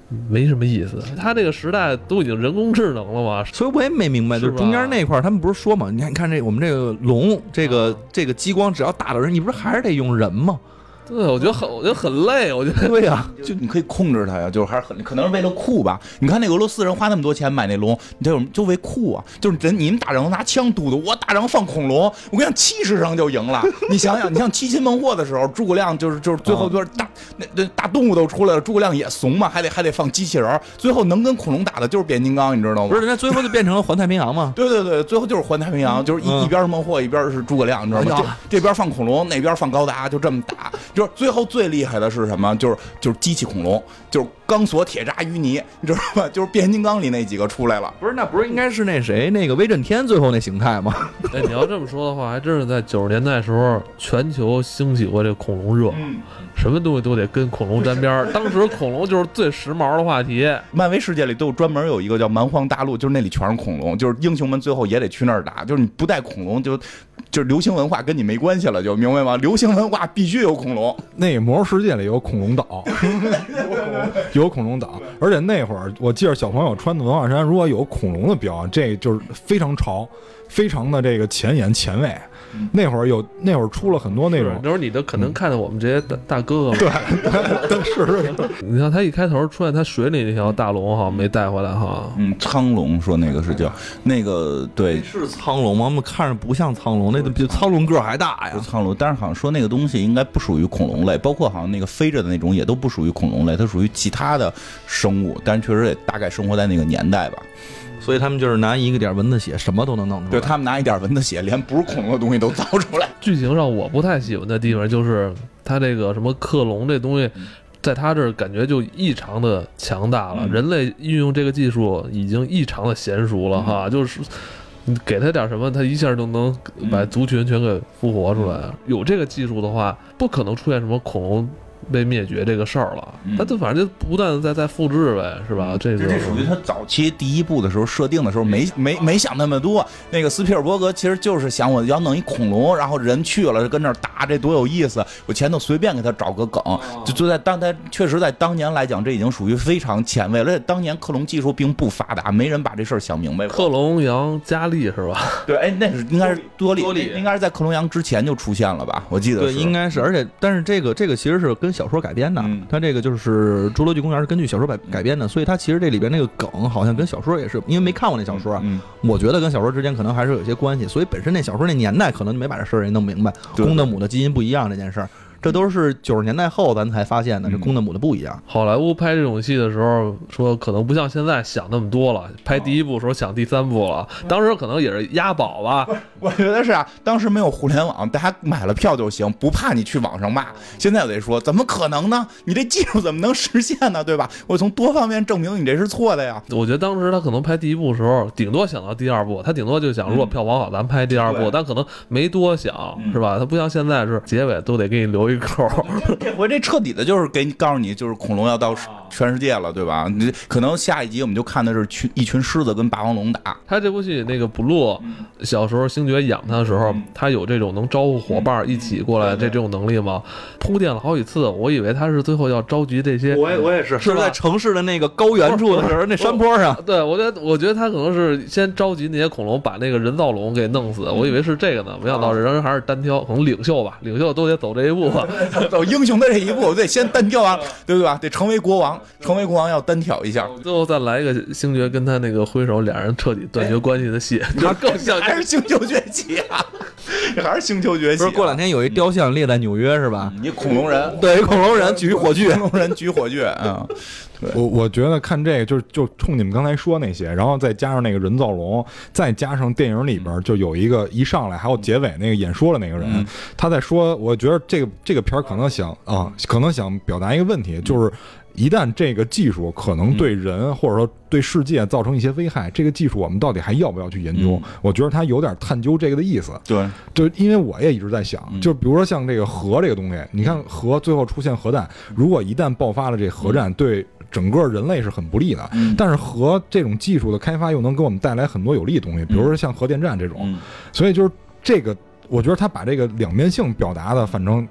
没什么意思。他这个时代都已经人工智能了嘛， 所以我也没明白，就是中间那块儿他们不是说嘛？你看，你看这我们这个龙，这个、啊、这个激光只要打到人，你不是还是得用人吗？ 对，我觉得很，我觉得很累。我觉得对呀、啊， 就你可以控制它呀，就是还是很可能是为了酷吧。你看那个俄罗斯人花那么多钱买那龙，你这就为酷啊。就是人你们打仗拿枪嘟嘟，我打仗放恐龙，我跟你讲气势上就赢了。你想想，你像七擒孟获的时候，诸葛亮就是就是最后就是大、啊、那那大动物都出来了，诸葛亮也怂嘛，还得还得放机器人，最后能跟恐龙打的就是变形金刚，你知道吗？ 不是，人家最后就变成了环太平洋嘛。 对对对，最后就是环太平洋，就是一、嗯、一边是孟获，一边是诸葛亮，你知道吗？这这边放恐龙，那边放高达，就这么打，就是最后最厉害的是什么？就是就是机器恐龙，就是钢索、铁渣、淤泥，你知道吧？就是变形金刚里那几个出来了。 不是，那不是应该是那谁那个威震天最后那形态吗？ 哎，你要这么说的话，还真是在九十年代时候，全球兴起过这个恐龙热。嗯，什么东西都得跟恐龙沾边。当时恐龙就是最时髦的话题。 漫威世界里都有专门有一个叫蛮荒大陆，就是那里全是恐龙，就是英雄们最后也得去那儿打。就是你不带恐龙就，就就是流行文化跟你没关系了，就明白吗？流行文化必须有恐龙。 那个魔兽世界里有恐龙岛，有恐龙岛，而且那会儿我记得小朋友穿的文化衫，如果有恐龙的标，这就是非常潮，非常的这个前沿前卫。那会儿有那会儿出了很多那种， 那会儿你都可能看到我们这些大大哥哥， 对，是是。 你看他一开头出现他水里那条大龙哈，没带回来哈。 嗯，苍龙说那个是叫那个对， 是苍龙吗？我们看着不像苍龙，那比苍龙个还大呀。 苍龙，但是好像说那个东西应该不属于恐龙类，包括好像那个飞着的那种也都不属于恐龙类，它属于其他的生物，但是确实也大概生活在那个年代吧。 所以他们就是拿一个点蚊子血，什么都能弄出来。 对，他们拿一点蚊子血，连不是恐龙的东西都造出来。 剧情上我不太喜欢的地方就是他这个什么克隆这东西，在他这儿感觉就异常的强大了。嗯、人类运用这个技术已经异常的娴熟了哈，嗯、就是你给他点什么，他一下就能把族群全给复活出来。嗯、有这个技术的话，不可能出现什么恐龙被灭绝这个事儿了，他就反正就不断的在在复制呗，是吧？这个这属于他早期第一部的时候设定的时候没没没想那么多。那个斯皮尔伯格其实就是想我要弄一恐龙，然后人去了跟那儿打，这多有意思！我前头随便给他找个梗，就就在当他确实在当年来讲，这已经属于非常前卫了。而且当年克隆技术并不发达，没人把这事儿想明白。 克隆羊加利是吧？ 对，哎，那是应该是多利，多利应该是在克隆羊之前就出现了吧？我记得对，应该是。而且但是这个这个其实是跟小说改编的，嗯、它这个就是《侏罗纪公园》是根据小说改改编的，所以它其实这里边那个梗好像跟小说也是，因为没看过那小说啊，嗯、我觉得跟小说之间可能还是有些关系，所以本身那小说那年代可能就没把这事儿给弄明白，公的母的基因不一样这件事儿。这都是九十年代后咱才发现的，这公的母的不一样。 好莱坞拍这种戏的时候，说可能不像现在想那么多了，拍第一部的时候想第三部了，当时可能也是押宝吧。 我觉得是啊，当时没有互联网，大家买了票就行，不怕你去网上骂。现在我得说，怎么可能呢？你这技术怎么能实现呢？对吧？我从多方面证明你这是错的呀。 我觉得当时他可能拍第一部的时候，顶多想到第二部，他顶多就想，如果票房好，咱拍第二部，但可能没多想，是吧？他不像现在是结尾都得给你留一口。 这回这彻底的就是给你告诉你，就是恐龙要到全世界了，对吧？你可能下一集我们就看的是群一群狮子跟霸王龙打。 他这部戏那个布鲁小时候星爵养他的时候，他有这种能招呼伙伴一起过来这这种能力吗？铺垫了好几次，我以为他是最后要召集这些。 我也我也是，是在城市的那个高原处的时候，那山坡上。 对，我觉得我觉得他可能是先召集那些恐龙，把那个人造龙给弄死。我以为是这个呢，没想到人还是单挑，可能领袖吧，领袖都得走这一步。 走英雄的这一步，我得先单挑啊，对吧？得成为国王，成为国王要单挑一下， 最后再来一个星爵跟他那个挥手，俩人彻底断绝关系的戏，他更像还是星球崛起啊，还是星球崛起、啊。 不是过两天有一雕像列在纽约是吧？ 你、嗯、恐龙人， 对，恐龙人举火炬， 恐龙人举火炬啊。嗯、 我我觉得看这个就就冲你们刚才说那些，然后再加上那个人造龙，再加上电影里边就有一个一上来还有结尾那个演说的那个人，嗯、他在说，我觉得这个这个片儿可能想啊，可能想表达一个问题，就是一旦这个技术可能对人或者说对世界造成一些危害，这个技术我们到底还要不要去研究？嗯、我觉得他有点探究这个的意思。 对， 就因为我也一直在想，就比如说像这个核这个东西，你看核最后出现核弹，如果一旦爆发了这核战，对整个人类是很不利的。嗯、但是核这种技术的开发又能给我们带来很多有利的东西，比如说像核电站这种。嗯、所以就是这个，我觉得他把这个两面性表达的，反正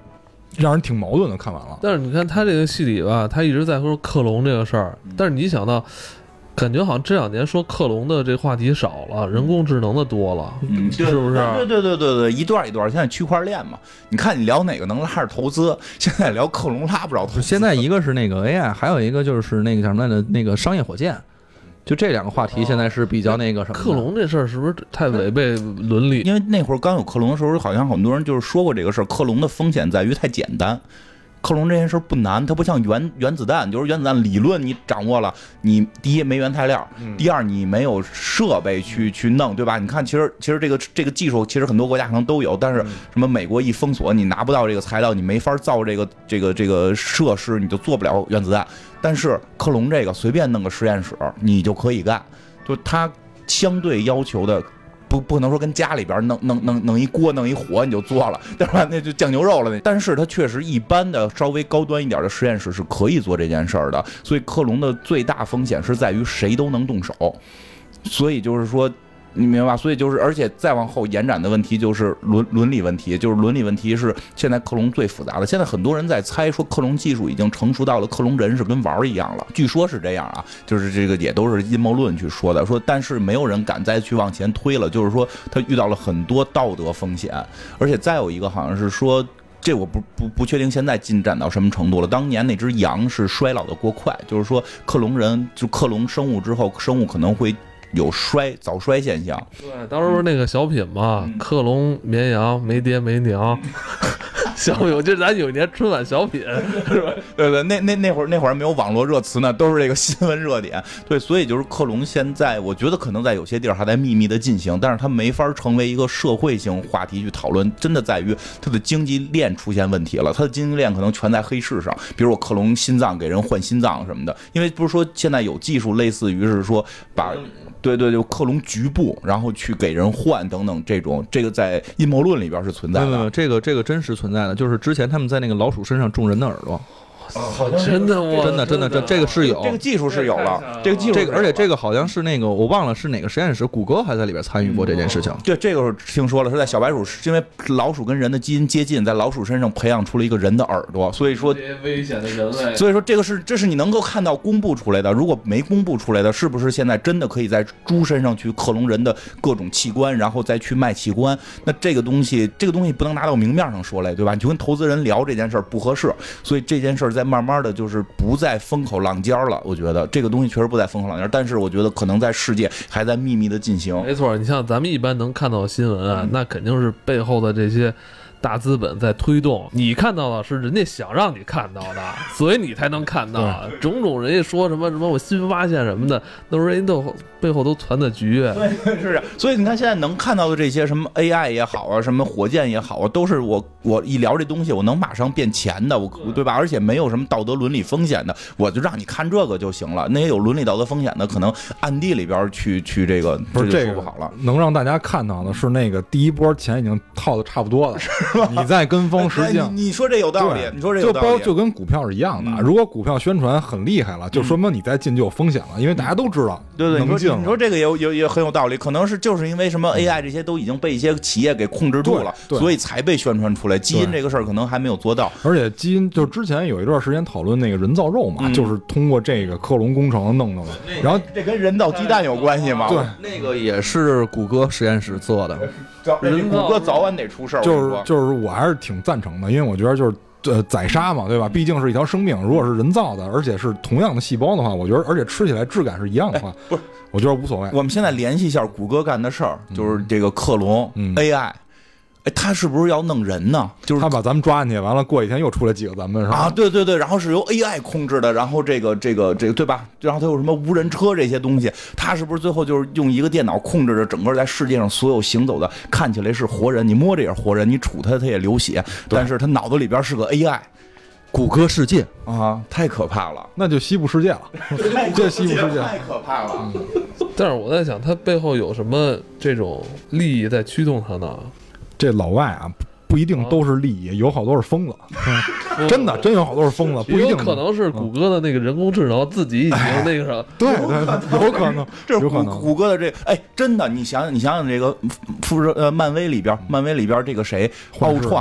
让人挺矛盾的。看完了， 但是你看他这个戏里吧，他一直在说克隆这个事儿，但是你想到。感觉好像这两年说克隆的这话题少了，人工智能的多了， 嗯， 是不是？ 对对对对对，一段一段。现在区块链嘛，你看你聊哪个能拉着投资？现在聊克隆拉不着投资。 现在一个是那个 A I， 还有一个就是那个叫什么来着？那个商业火箭。就这两个话题现在是比较那个什么。 克隆这事儿是不是太违背伦理？ 因为那会儿刚有克隆的时候，好像很多人就是说过这个事儿。克隆的风险在于太简单。克隆这件事不难，它不像原原子弹，就是原子弹理论你掌握了，你第一没原材料，第二你没有设备去去弄，对吧？你看，其实其实这个这个技术，其实很多国家可能都有，但是什么美国一封锁，你拿不到这个材料，你没法造这个这个这个设施，你就做不了原子弹。但是克隆这个随便弄个实验室，你就可以干，就它相对要求的。不不能说跟家里边弄弄弄弄一锅弄一火你就做了，对吧？那就酱牛肉了那。但是它确实一般的稍微高端一点的实验室是可以做这件事儿的。所以克隆的最大风险是在于谁都能动手，所以就是说。你明白吧？所以就是，而且再往后延展的问题就是伦伦理问题，就是伦理问题是现在克隆最复杂的。现在很多人在猜说克隆技术已经成熟到了克隆人是跟玩儿一样了，据说是这样啊，就是这个也都是阴谋论去说的，说但是没有人敢再去往前推了，就是说他遇到了很多道德风险，而且再有一个好像是说。这我不不不确定现在进展到什么程度了。当年那只羊是衰老的过快，就是说克隆人就克隆生物之后，生物可能会有衰早衰现象。 对，当时不是那个小品嘛，嗯、克隆绵羊没爹没娘。小品，我记得咱有一年春晚小品是吧？ 对对，那那那会儿那会儿没有网络热词呢，都是这个新闻热点。对，所以就是克隆现在，我觉得可能在有些地儿还在秘密的进行，但是它没法成为一个社会性话题去讨论。真的在于它的经济链出现问题了，它的经济链可能全在黑市上，比如我克隆心脏给人换心脏什么的。因为不是说现在有技术，类似于是说把。对对，就克隆局部，然后去给人换等等，这种这个在阴谋论里边是存在的。 没有，这个这个真实存在的，就是之前他们在那个老鼠身上种人的耳朵。 好像真的，我真的真的这这个是有， 这个技术是有了，这个技术这个，而且这个好像是那个我忘了是哪个实验室，谷歌还在里边参与过这件事情。 对，这个听说了，是在小白鼠，因为老鼠跟人的基因接近，在老鼠身上培养出了一个人的耳朵，所以说这些危险的人类， 所以说这个是这是你能够看到公布出来的。如果没公布出来的，是不是现在真的可以在猪身上去克隆人的各种器官，然后再去卖器官？那这个东西，这个东西不能拿到明面上说来，对吧？你就跟投资人聊这件事儿不合适，所以这件事儿在慢慢的就是。不在风口浪尖了，我觉得这个东西确实不在风口浪尖，但是我觉得可能在世界还在秘密的进行。 没错，你像咱们一般能看到的新闻啊，嗯、那肯定是背后的这些大资本在推动，你看到的是人家想让你看到的，所以你才能看到。种种人家说什么什么我新发现什么的，都是人家都背后都传的局。 对，是啊。所以你看现在能看到的这些什么 A I 也好啊，什么火箭也好啊，都是我我一聊这东西，我能马上变钱的，我对吧？而且没有什么道德伦理风险的，我就让你看这个就行了。那些有伦理道德风险的，可能暗地里边去去这个不是这个不好了。 能让大家看到的是那个第一波钱已经套的差不多了。你再跟风，实际上、 哎、你, 你说这有道理，你说这有道理， 就包就跟股票是一样的、嗯。如果股票宣传很厉害了，就说明你再进就有风险了，因为大家都知道。 对对， 能进了。 你说这个也有也也很有道理，可能是就是因为什么 A I 这些都已经被一些企业给控制住了，所以才被宣传出来。基因这个事儿可能还没有做到， 而且基因就之前有一段时间讨论那个人造肉嘛，嗯、就是通过这个克隆工程弄的嘛。然后这跟人造鸡蛋有关系吗？ 对， 那个也是谷歌实验室做的。 人谷歌早晚得出事儿， 就是就是，我还是挺赞成的，因为我觉得就是呃宰杀嘛，对吧？毕竟是一条生命，如果是人造的，而且是同样的细胞的话，我觉得而且吃起来质感是一样的话， 不是， 我觉得无所谓。 我们现在联系一下谷歌干的事儿，就是这个克隆、嗯、A I。哎，他是不是要弄人呢？就是他把咱们抓进去，完了过几天又出来几个咱们是吧？ 啊，对对对，然后是由 A I 控制的，然后这个这个这个对吧？然后他有什么无人车这些东西，他是不是最后就是用一个电脑控制着整个在世界上所有行走的，看起来是活人，你摸着也是活人，你杵他他也流血，但是他脑子里边是个 A I。 谷歌世界啊，太可怕了， 那就西部世界了，这西部世界太可怕了。 嗯、但是我在想，他背后有什么这种利益在驱动他呢？ 这老外啊，不一定都是利益，有好多是疯子，真的真有好多是疯子，不一定。 有可能是谷歌的那个人工智能自己已经那个啥， 对对，有可能， 这有可能。 谷歌的这，哎，真的，你想想，你想想这个复呃，漫威里边，漫威里边这个谁，奥创。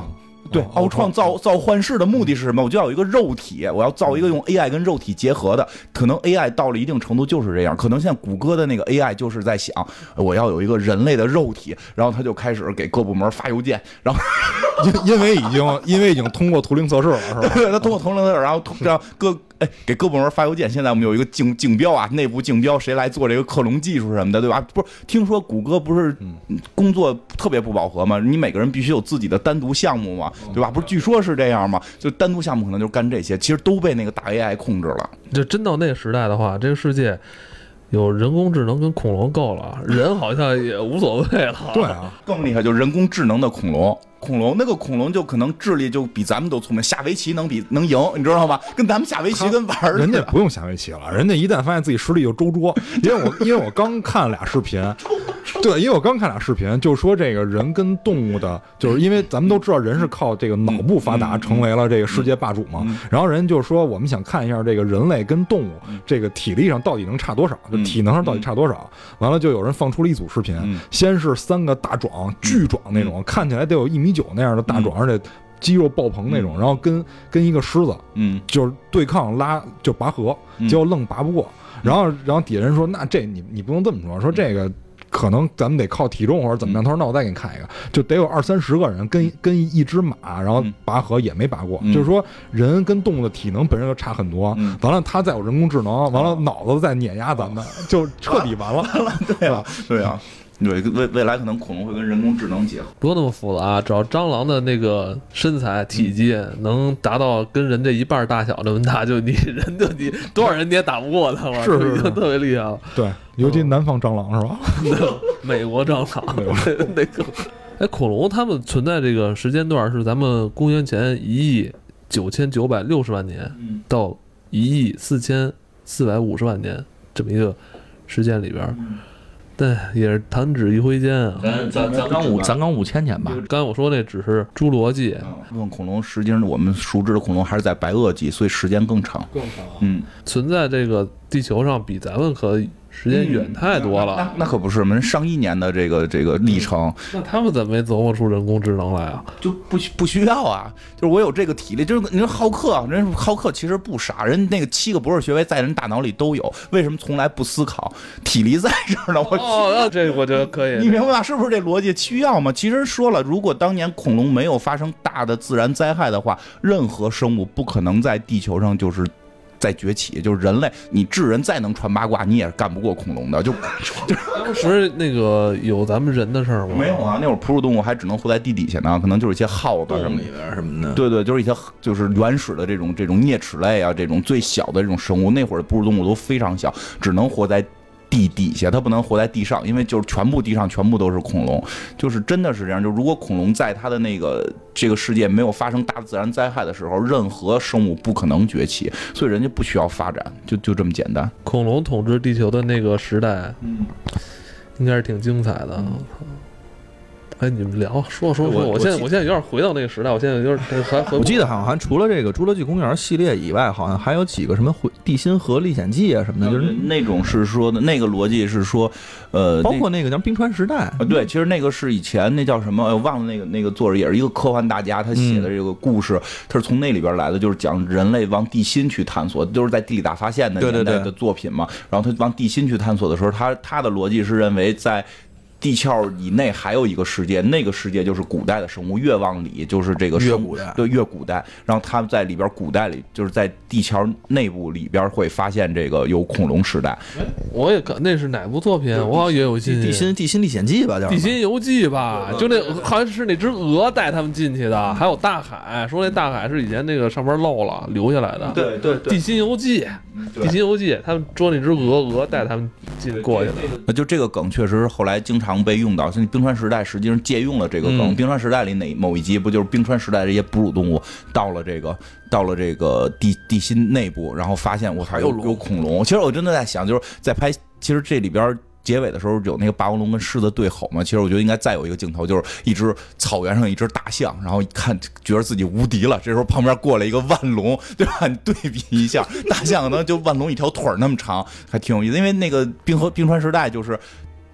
对，奥创造造幻视的目的是什么？我就要有一个肉体，我要造一个用 A I 跟肉体结合的。可能 A I 到了一定程度就是这样，可能现在谷歌的那个 A I 就是在想，我要有一个人类的肉体，然后他就开始给各部门发邮件，然后因因为已经因为已经通过图灵测试了，是吧？ 对，他通过图灵测试，然后让各。哎，给各部门发邮件。现在我们有一个竞竞标啊，内部竞标，谁来做这个克隆技术什么的，对吧？不是，听说谷歌不是工作特别不饱和吗？你每个人必须有自己的单独项目嘛，对吧？不是，据说是这样吗？就单独项目可能就干这些，其实都被那个大 A I 控制了。 就真到那个时代的话，这个世界有人工智能跟恐龙够了，人好像也无所谓了。 对啊， 更厉害就是人工智能的恐龙。恐龙那个恐龙就可能智力就比咱们都聪明，下围棋能比能赢，你知道吗？跟咱们下围棋跟玩儿， 人家不用下围棋了，人家一旦发现自己实力就周桌。因为我因为我刚看俩视频，对，因为我刚看俩视频，就说这个人跟动物的，就是因为咱们都知道人是靠这个脑部发达成为了这个世界霸主嘛，然后人就说我们想看一下这个人类跟动物这个体力上到底能差多少，就体能上到底差多少。完了就有人放出了一组视频，先是三个大壮巨壮那种，看起来得有一米九那样的大壮，而且肌肉爆棚那种，然后跟跟一个狮子，嗯，就是对抗拉就拔河，结果愣拔不过。然后然后底下人说，那这你你不能这么说，说这个可能咱们得靠体重或者怎么样。他说那我再给你看一个，就得有二三十个人跟跟一只马，然后拔河也没拔过。就是说人跟动物的体能本身就差很多，完了他再有人工智能，完了脑子再碾压咱们，就彻底完了。 对啊，对啊。有一个未未来可能恐龙会跟人工智能结合， 不用那么复杂，只要蟑螂的那个身材体积能达到跟人这一半大小这么大，就你人就你多少人你也打不过他了， 是是是， 特别厉害了。 对，尤其南方蟑螂是吧？ 美国蟑螂那个，哎，恐龙它们存在这个时间段是咱们公元前一亿九千九百六十万年到一亿四千四百五十万年这么一个时间里边。对，也是弹指一挥间啊！ 咱咱咱刚五咱刚五千年吧。 刚才我说那只是侏罗纪， 问恐龙，实际上我们熟知的恐龙还是在白垩纪，所以时间更长。 更长，嗯，存在这个地球上比咱们可时间远太多了。 嗯、那, 那可不是，我们上亿年的这个这个历程。 那他们怎么没琢磨出人工智能来啊？ 就不不需要啊，就是我有这个体力，就是你说浩克，人浩克其实不傻，人那个七个博士学位在人大脑里都有，为什么从来不思考？体力在这儿呢，我哦，这我觉得可以， 你明白吧？是不是这逻辑需要吗？其实说了，如果当年恐龙没有发生大的自然灾害的话，任何生物不可能在地球上就是。再崛起，就是人类，你智人再能传八卦，你也是干不过恐龙的。就就当时那个有咱们人的事儿吗？ 没有啊，那会儿哺乳动物还只能活在地底下呢，可能就是一些耗子什么里边什么的。 对对，就是一些就是原始的这种这种啮齿类啊，这种最小的这种生物，那会儿的哺乳动物都非常小，只能活在地底下，它不能活在地上，因为就是全部地上全部都是恐龙，就是真的是这样。就如果恐龙在它的那个这个世界没有发生大自然灾害的时候，任何生物不可能崛起，所以人家不需要发展，就就这么简单。 恐龙统治地球的那个时代，嗯，应该是挺精彩的。嗯哎，你们聊说说说，我现在我现在有点回到那个时代，我现在有点还我记得好像除了这个《侏罗纪公园》系列以外，好像还有几个什么《地心河历险记》啊什么的，就是那种是说的那个逻辑是说，呃， 包括那个叫《冰川时代》 啊，对，其实那个是以前那叫什么，我忘了那个那个作者也是一个科幻大家，他写的这个故事，他是从那里边来的，就是讲人类往地心去探索，就是在地理大发现的年代的作品嘛。然后他往地心去探索的时候，他他的逻辑是认为在地壳以内还有一个世界，那个世界就是古代的生物，越往里就是这个越古代， 对，越古代。然后他们在里边古代里，就是在地壳内部里边会发现这个有恐龙时代。 我也那是哪部作品？我好像也有进地心地心历险记吧，叫地心游记吧，就那好像是那只鹅带他们进去的，还有大海，说那大海是以前那个上面漏了留下来的。 对对对， 地心游记，地心游记，他们捉那只鹅，鹅带他们进过去的。就这个梗确实后来经常常被用到，像冰川时代实际上借用了这个梗。嗯、冰川时代里哪某一集不就是冰川时代这些哺乳动物到了这个到了这个地地心内部，然后发现我操有有恐龙。其实我真的在想，就是在拍，其实这里边。结尾的时候有那个霸王龙跟狮子对吼嘛，其实我觉得应该再有一个镜头，就是一只草原上一只大象，然后一看觉得自己无敌了，这时候旁边过来一个万龙，对吧？你对比一下，大象可能就万龙一条腿那么长，还挺有意思。因为那个冰河冰川时代就是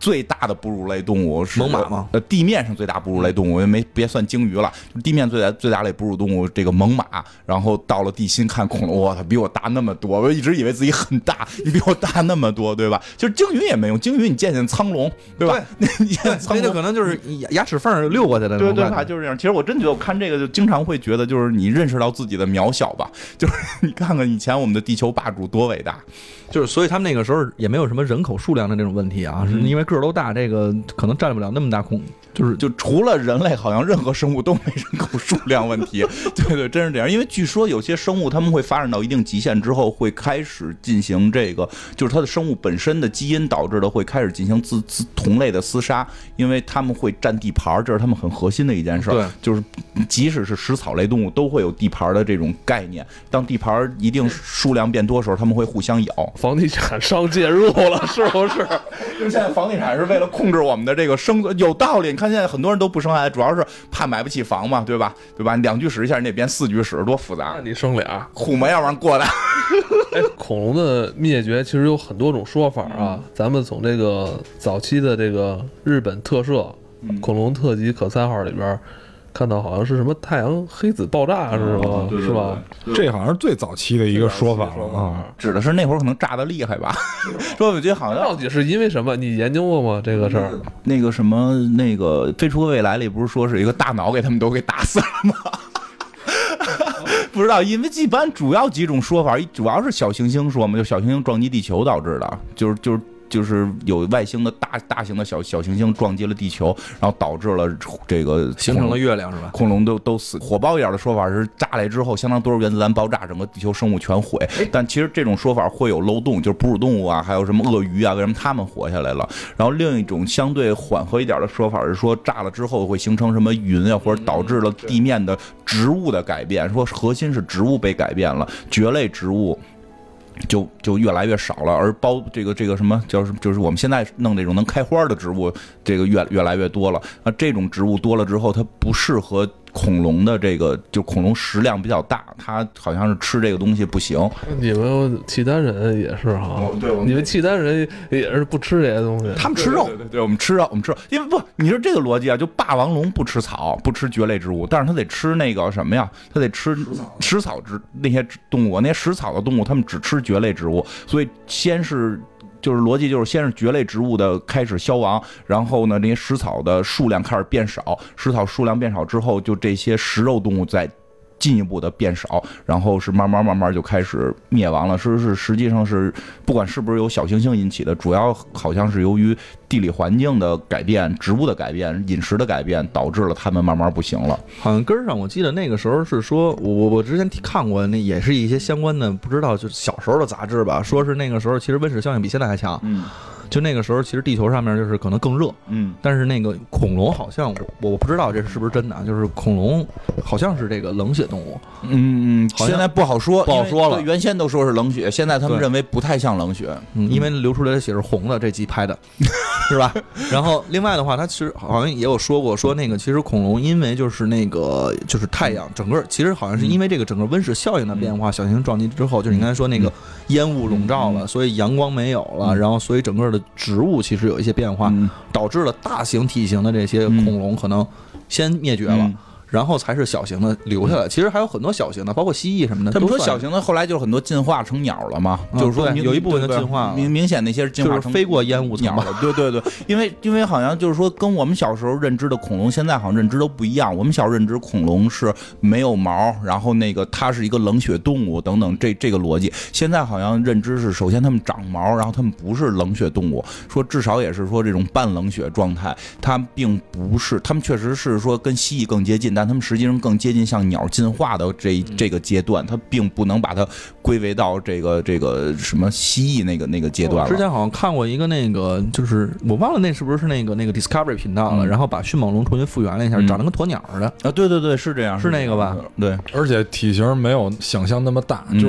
最大的哺乳类动物是猛犸吗？ 呃，地面上最大哺乳类动物，没别算鲸鱼了，地面最大最大类哺乳动物这个猛犸，然后到了地心看恐龙，哇，它比我大那么多，我一直以为自己很大，你比我大那么多，对吧？就是鲸鱼也没用，鲸鱼你见见苍龙，对吧？ 对， 你见苍龙那可能就是牙齿缝溜过去的， 对对吧？就是这样。其实我真觉得我看这个就经常会觉得，就是你认识到自己的渺小吧，就是你看看以前我们的地球霸主多伟大。 就是所以他们那个时候也没有什么人口数量的那种问题啊，是因为个儿都大，这个可能占不了那么大空，就是就除了人类，好像任何生物都没人口数量问题。对对，真是这样。因为据说有些生物他们会发展到一定极限之后，会开始进行这个，就是它的生物本身的基因导致的，会开始进行自自同类的厮杀，因为他们会占地盘，这是他们很核心的一件事。 对， 就是即使是食草类动物都会有地盘的这种概念。当地盘一定数量变多的时候，他们会互相咬。 房地产商介入了，是不是？ 就现在房地产是为了控制我们的这个生，有道理。你看现在很多人都不生孩子，主要是怕买不起房嘛，对吧？对吧？两居室一下那边四居室多复杂。 那你生俩， 虎门要不然过来。 哎，恐龙的灭绝其实有很多种说法啊。咱们从这个早期的这个日本特摄《恐龙特辑可赛号》里边。看到好像是什么太阳黑子爆炸是吗？ 哦、对对对是吧？ 这好像是最早期的一个说法了啊， 指的是那会儿可能炸得厉害吧？说我觉得好像到底是因为什么？你研究过吗？这个事儿？ 那个什么，那个《飞出未来》里不是说是一个大脑给他们都给打死了吗？不知道，因为一般主要几种说法，主要是小行星说嘛，就小行星撞击地球导致的，就是就是。就是有外星的大大型的小小行星撞击了地球，然后导致了这个形成了月亮是吧？ 恐龙都都死。火爆一点的说法是炸来之后，相当多少原子弹爆炸，整个地球生物全毁。但其实这种说法会有漏洞，就是哺乳动物啊，还有什么鳄鱼啊，为什么它们活下来了？然后另一种相对缓和一点的说法是说，炸了之后会形成什么云啊，或者导致了地面的植物的改变，说核心是植物被改变了，蕨类植物。就就越来越少了，而包这个这个什么叫就是我们现在弄这种能开花的植物，这个越越来越多了。那这种植物多了之后，它不适合恐龙的这个，就恐龙食量比较大，它好像是吃这个东西不行。 你们契丹人也是哈， 哦、对， 你们契丹人也是不吃这些东西， 他们吃肉，对对 对, 对，我们吃肉，我们吃肉，因为不，你说这个逻辑啊，就霸王龙不吃草，不吃蕨类植物，但是它得吃那个什么呀？它得吃食草植那些动物，那些食草的动物，它们只吃蕨类植物，所以先是。就是逻辑就是先是蕨类植物的开始消亡，然后呢，那些食草的数量开始变少，食草数量变少之后，就这些食肉动物在进一步的变少，然后是慢慢慢慢就开始灭亡了。是是，实际上是不管是不是由小行星引起的，主要好像是由于地理环境的改变、植物的改变、饮食的改变，导致了它们慢慢不行了。 好像根儿上，我记得那个时候是说，我我我之前看过，那也是一些相关的，不知道就是小时候的杂志吧，说是那个时候其实温室效应比现在还强。嗯。就那个时候，其实地球上面就是可能更热， 嗯， 但是那个恐龙好像我我不知道这是不是真的，就是恐龙好像是这个冷血动物， 嗯，现在不好说， 不好说了。 原先都说是冷血，现在他们认为不太像冷血， 嗯，因为流出来的血是红的，这集拍的，是吧？然后另外的话，他其实好像也有说过，说那个其实恐龙因为就是那个就是太阳整个其实好像是因为这个整个温室效应的变化，小行星撞击之后，就是你刚才说那个烟雾笼罩了，所以阳光没有了，然后所以整个的植物其实有一些变化， 嗯、 导致了大型体型的这些恐龙可能先灭绝了。 嗯然后才是小型的留下来，其实还有很多小型的，包括蜥蜴什么的。 他们说小型的后来就是很多进化成鸟了嘛， 嗯、 就是说有一部分的进化明明显那些进化成飞过烟雾鸟了。对对对，因为因为好像就是说跟我们小时候认知的恐龙，现在好像认知都不一样。我们小时候认知恐龙是没有毛，然后那个它是一个冷血动物等等这这个逻辑。现在好像认知是首先它们长毛，然后它们不是冷血动物，说至少也是说这种半冷血状态，它并不是，它们确实是说跟蜥蜴更接近，但它们实际上更接近像鸟进化的这这个阶段，它并不能把它归为到这个这个什么蜥蜴那个那个阶段了。 之前好像看过一个那个，就是我忘了那是不是那个那个 Discovery 频道了，嗯、然后把迅猛龙重新复原了一下，嗯、长得跟鸵鸟似的啊！对对对，是这样， 是那个吧？ 对， 而且体型没有想象那么大，嗯、就是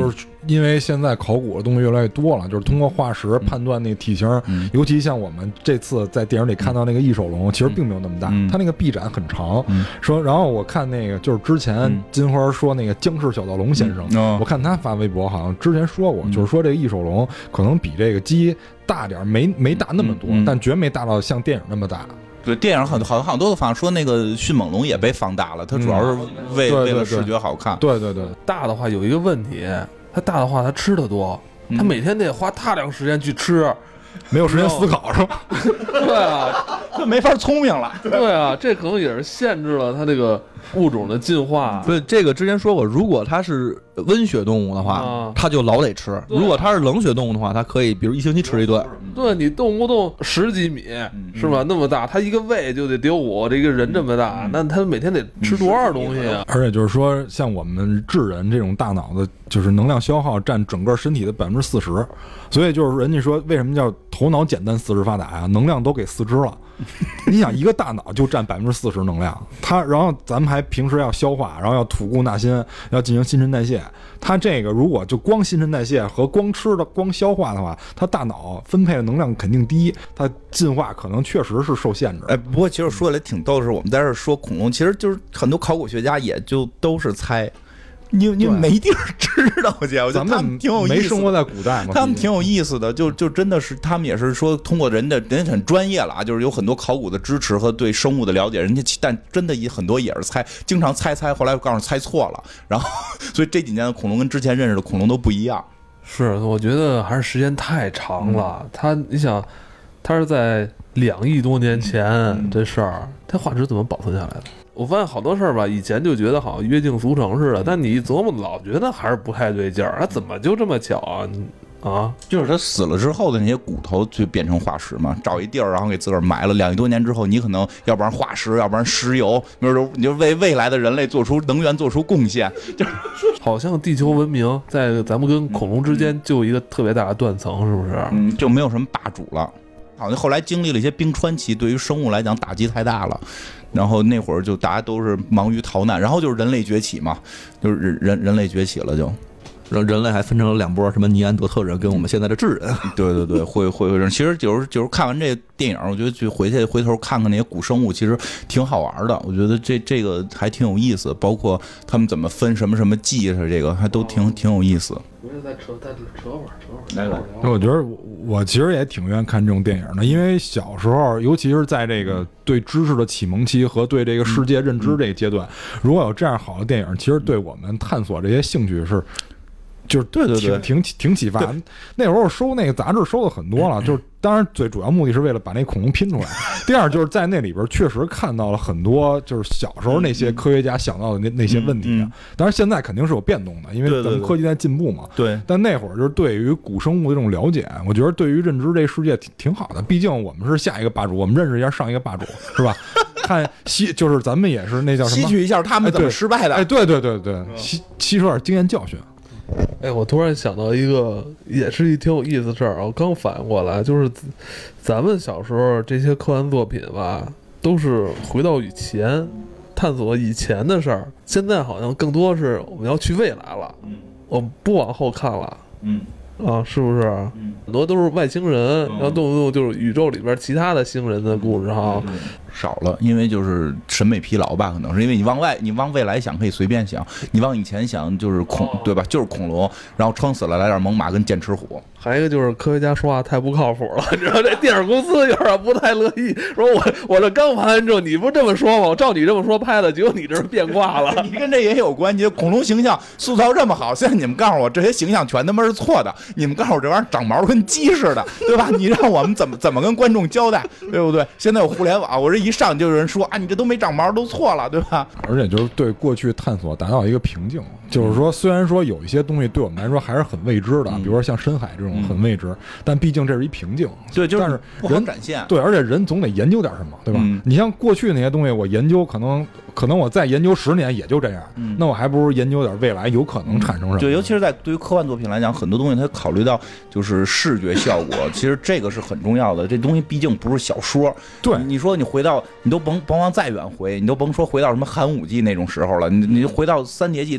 因为现在考古的东西越来越多了，就是通过化石判断那个体型， 嗯、 尤其像我们这次在电影里看到那个翼手龙，其实并没有那么大， 嗯、 它那个臂展很长。 嗯、 说，然后我看那个就是之前金花说那个姜氏小盗龙先生， 嗯、 我看他发微博好像之前说过，嗯、就是说这个翼手龙可能比这个鸡大点，没没大那么多， 嗯、 但绝没大到像电影那么大。 对，电影很好像好多的方说那个迅猛龙也被放大了，它主要是为、 嗯、 为了视觉好看。 对对对， 大的话有一个问题，它大的话它吃的多，它每天得花大量时间去吃， 没有时间思考是吧？ 对啊， 它没法聪明了。 对啊，这可能也是限制了它这个物种的进化。 对，这个之前说过，如果它是温血动物的话， 啊、 它就老得吃；如果它是冷血动物的话，它可以比如一星期吃一顿。 对，你动不动十几米、嗯、是吧？那么大，它一个胃就得得我这个人这么大，嗯、那它每天得吃多少东西啊？ 而且就是说，像我们智人这种大脑的，就是能量消耗占整个身体的百分之四十，所以就是人家说为什么叫头脑简单四肢发达呀？能量都给四肢了。你想一个大脑就占百分之四十能量，它然后咱们还平时要消化，然后要吐故纳新，要进行新陈代谢。它这个如果就光新陈代谢和光吃的光消化的话，它大脑分配的能量肯定低，它进化可能确实是受限制。 哎，不过其实说来挺逗的是，我们在这说恐龙，其实就是很多考古学家也就都是猜。你你没地儿知道去，我觉得他们挺有意思的。 没生活在古代嘛， 他们挺有意思的，就就真的是他们也是说通过人的人很专业了啊，就是有很多考古的支持和对生物的了解，人家但真的也很多也是猜，经常猜猜，后来告诉猜错了，然后所以这几年的恐龙跟之前认识的恐龙都不一样。 是，我觉得还是时间太长了。嗯、他你想，他是在两亿多年前、嗯、这事儿，它化石怎么保存下来的？我发现好多事儿吧，以前就觉得好像约定俗成似的，但你一琢磨，老觉得还是不太对劲儿。它怎么就这么巧啊？啊， 就是他死了之后的那些骨头就变成化石嘛，找一地儿，然后给自个儿埋了。两亿多年之后，你可能要不然化石，要不然石油，比如说你就为未来的人类做出能源做出贡献。就是好像地球文明在咱们跟恐龙之间就有一个特别大的断层，是不是？ 嗯，就没有什么霸主了。好像后来经历了一些冰川期，对于生物来讲打击太大了。然后那会儿就大家都是忙于逃难，然后就是人类崛起嘛，就是人人人类崛起了就。 人人类还分成了两波，什么尼安德特人跟我们现在的智人。 对对对，会会会。其实就是就是看完这电影，我觉得就回去回头看看那些古生物，其实挺好玩的。我觉得这这个还挺有意思，包括他们怎么分什么什么季是这个，还都挺挺有意思。 不是在扯，在扯会儿，扯会儿。 那我觉得我我其实也挺愿意看这种电影的，因为小时候，尤其是在这个对知识的启蒙期和对这个世界认知这个阶段，如果有这样好的电影，其实对我们探索这些兴趣是。就是对对对， 挺挺挺启发。那会儿我收那个杂志收的很多了，就是当然最主要目的是为了把那恐龙拼出来。第二就是在那里边确实看到了很多就是小时候那些科学家想到的那那些问题。 嗯嗯、 当然现在肯定是有变动的，因为咱们科技在进步嘛。 对, 对, 对。 但那会儿就是对于古生物的这种了解，我觉得对于认知这世界挺挺好的。毕竟我们是下一个霸主，我们认识一下上一个霸主，是吧？看吸就是咱们也是那叫什么？ 吸取一下他们怎么失败的。 哎，对对对对，吸吸收点经验教训。 哎，我突然想到一个，也是一挺有意思的事儿。我刚反应过来，就是咱们小时候这些科幻作品吧，都是回到以前，探索以前的事儿。现在好像更多是我们要去未来了，我不往后看了。 嗯， 啊，是不是？很多都是外星人，然后动不动就是宇宙里边其他的星人的故事哈。 少了，因为就是审美疲劳吧，可能是因为你往外，你往未来想可以随便想，你往以前想就是恐，对吧？就是恐龙，然后撑死了来点猛犸跟剑齿虎。 还有一个就是科学家说话太不靠谱了，你知道这电影公司有点不太乐意，说我我这刚拍完之后，你不这么说吗？我照你这么说拍的，结果你这是变卦了。 你跟这也有关系，恐龙形象塑造这么好，现在你们告诉我这些形象全他妈是错的，你们告诉我这玩意儿长毛跟鸡似的，对吧？你让我们怎么怎么跟观众交代，对不对？现在有互联网，我这一上就有人说啊，你这都没长毛，都错了，对吧？ 而且就是对过去探索达到一个瓶颈，就是说虽然说有一些东西对我们来说还是很未知的，比如说像深海这种很未知。嗯，但毕竟这是一瓶颈， 对，就是但是不好展现， 对，而且人总得研究点什么，对吧？嗯、你像过去那些东西，我研究可能可能我再研究十年也就这样，嗯、那我还不如研究点未来有可能产生什么。 对，尤其是在对于科幻作品来讲，很多东西它考虑到就是视觉效果，其实这个是很重要的。这东西毕竟不是小说， 对， 你说你回到你都甭甭往再远回，你都甭说回到什么寒武纪那种时候了，你你回到三叠纪都是水里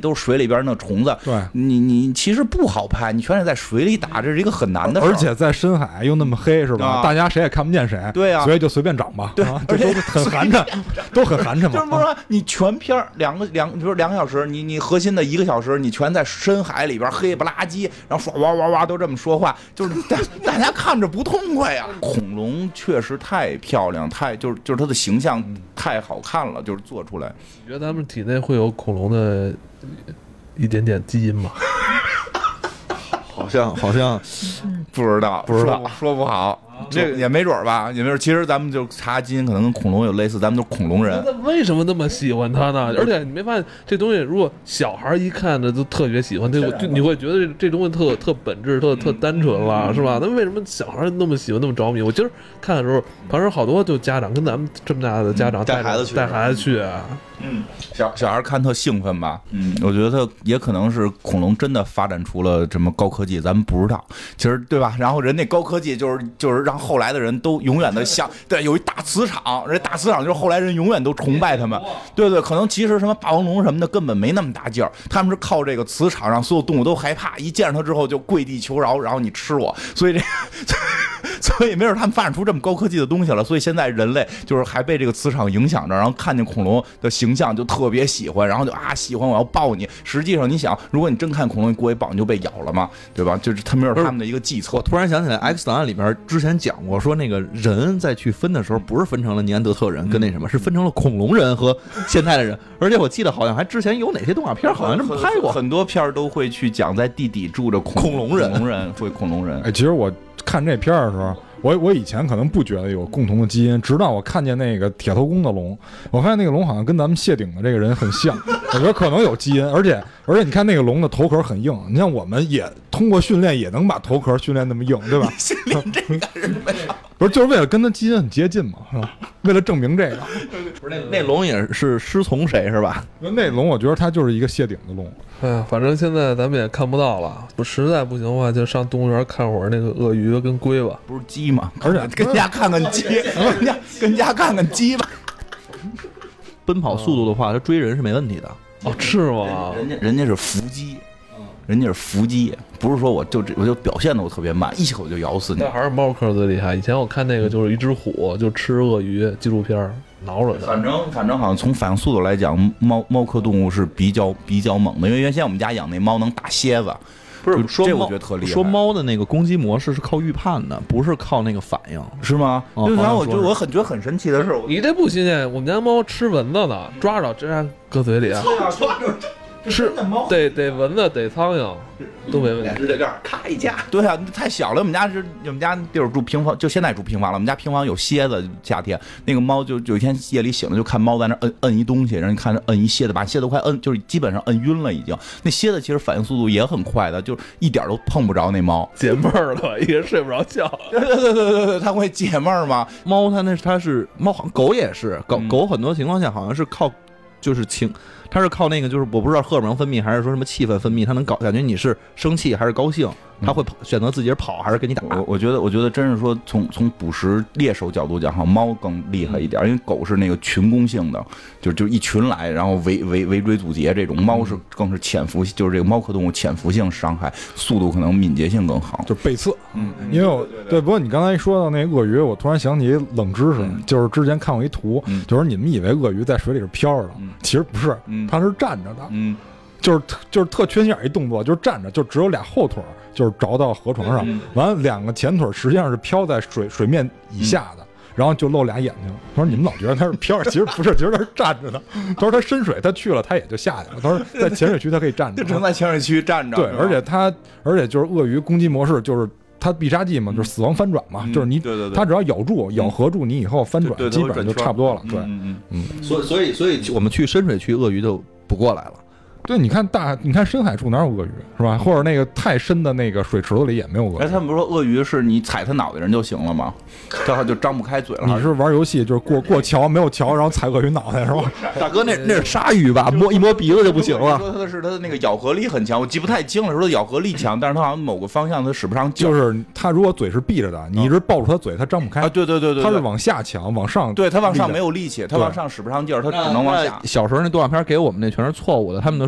里边那虫子， 对， 你你其实不好拍，你全得在水里打，这是一个很难的事儿。 而且在深海又那么黑，是吧？ 啊大家谁也看不见谁， 对啊所以就随便长吧， 对啊，这都很寒碜，都很寒碜嘛。 就是不说你全片儿两个两，比如两个小时，你你核心的一个小时，你全在深海里边黑不拉几，然后说哇哇哇都这么说话，就是大大家看着不痛快呀。恐龙确实太漂亮，太就是就是它的形象太好看了，就是做出来。 你觉得咱们体内会有恐龙的一点点基因吗？ 好像好像不知道， 不知道说说不好，这个也没准儿吧，也没准儿。其实咱们就查基因，可能跟恐龙有类似，咱们都是恐龙人。 那为什么那么喜欢它呢？而且你没发现这东西，如果小孩一看着都特别喜欢，这就你会觉得这这东西特特本质、特特单纯了，是吧？那为什么小孩那么喜欢、那么着迷？我今儿看的时候，旁边好多就家长跟咱们这么大的家长带带孩子去带孩子去， 嗯，小小孩看特兴奋吧？嗯，我觉得他也可能是恐龙真的发展出了这么高科技，咱们不知道。其实对吧？然后人那高科技就是就是让后来的人都永远的想，对，有一大磁场，人大磁场就是后来人永远都崇拜他们。对对，可能其实什么霸王龙什么的根本没那么大劲儿，他们是靠这个磁场让所有动物都害怕，一见着它之后就跪地求饶，然后你吃我。所以这个。所以没准他们发展出这么高科技的东西了，所以现在人类就是还被这个磁场影响着，然后看见恐龙的形象就特别喜欢，然后就啊喜欢我要抱你。实际上你想，如果你真看恐龙，你过去抱你就被咬了嘛，对吧？就是他们有他们的一个计策。 我突然想起来，《X 档案》里边之前讲过，说那个人在去分的时候，不是分成了尼安德特人跟那什么，是分成了恐龙人和现代的人。而且我记得好像还之前有哪些动画片好像这么拍过， 很多片都会去讲在地底住着恐恐龙人， 恐龙人会恐龙人。 哎，其实我看这片儿的时候，我我以前可能不觉得有共同的基因，直到我看见那个铁头功的龙，我发现那个龙好像跟咱们谢顶的这个人很像，我觉得可能有基因，而且而且你看那个龙的头壳很硬，你像我们也通过训练也能把头壳训练那么硬，对吧？ 训练这干什么呀？ 不是就是为了跟他基因很接近嘛，是吧？为了证明这个， 不是那那龙也是师从谁是吧？ 那龙我觉得它就是一个谢顶的龙。 哎呀，反正现在咱们也看不到了，实在不行的话，就上动物园看会儿那个鳄鱼跟龟吧。 不是鸡吗？ 而且跟家看看鸡，跟家跟家看看鸡吧。 奔跑速度的话，它追人是没问题的。 哦，是吗？ 人家人家是伏击，人家是伏击，不是说我就我就表现的我特别慢，一口就咬死你。 但还是猫科最厉害。以前我看那个就是一只虎就吃鳄鱼纪录片，挠了它。 反正反正好像从反应速度来讲，猫猫科动物是比较比较猛的，因为原先我们家养那猫能打蝎子。 不是说这猫我觉得特厉害。 说猫的那个攻击模式是靠预判的，不是靠那个反应， 是吗？ 哦然后我好像说就我很觉得很神奇的是，我你这不新鲜，我们家猫吃蚊子呢，抓着直接搁嘴里啊，吃逮逮蚊子逮苍蝇都没问题。 指甲盖咔一夹。 对啊，太小了。我们家是我们家地儿住平房，就现在住平房了。我们家平房有蝎子，夏天那个猫就有一天夜里醒了，就看猫在那摁摁一东西，然后你看着摁一蝎子，把蝎子快摁，就是基本上摁晕了已经。那蝎子其实反应速度也很快的，就一点都碰不着那猫。 解闷儿了，一个人睡不着觉。 对对对对对对，它会解闷儿吗？ 猫它那它是猫，好像狗也是狗嗯狗很多情况下好像是靠就是情。它是靠那个，就是我不知道荷尔蒙分泌还是说什么气氛分泌，它能搞感觉你是生气还是高兴，它会选择自己跑还是跟你打。 我我觉得，我觉得真是说从从捕食猎手角度讲，好像猫更厉害一点，因为狗是那个群攻性的，就就一群来，然后围围围追阻截这种；猫是更是潜伏，就是这个猫科动物潜伏性伤害，速度可能敏捷性更好。 就背刺， 嗯， 因为我对，不过你刚才说到那鳄鱼，我突然想起冷知识， 嗯就是之前看过一图， 嗯就是你们以为鳄鱼在水里是飘着的， 嗯其实不是， 嗯它是站着的， 嗯就是特就是特缺心眼一动作，就是站着，就只有俩后腿儿就是着到河床上， 嗯完了两个前腿实际上是飘在水水面以下的。然后就露俩眼睛，他说：“你们老觉得它是飘着，其实不是，其实它是站着的。”他说：“它深水，它去了，它也就下去了。”他说：“在潜水区，它可以站着。” 就只能在潜水区站着。 对，而且它，而且就是鳄鱼攻击模式，就是它必杀技嘛，就是死亡翻转嘛， 嗯就是你， 对对对它只要咬住、咬合住你以后翻转， 对对基本上就差不多了。对， 嗯嗯嗯， 所以所以所以我们去深水区，鳄鱼就不过来了。 对，你看大，你看深海处哪有鳄鱼是吧？或者那个太深的那个水池子里也没有鳄哎， 鱼。 他们不是说鳄鱼是你踩它脑袋人就行了吗？这就张不开嘴了。 你是玩游戏就是过过桥没有桥，然后踩鳄鱼脑袋是吧？ 大哥，那那是鲨鱼吧？摸一摸鼻子就不行了。 说它的是它的那个咬合力很强，我记不太清了，说它咬合力强，但是它好像某个方向它使不上劲儿。 就是它如果嘴是闭着的，你一直抱住它嘴，它张不开啊，对对对对，对它是往下抢，往上， 对它往上没有力气，它往上使不上劲儿，它只能往下。 小时候那动画片给我们那全是错误的，他们都说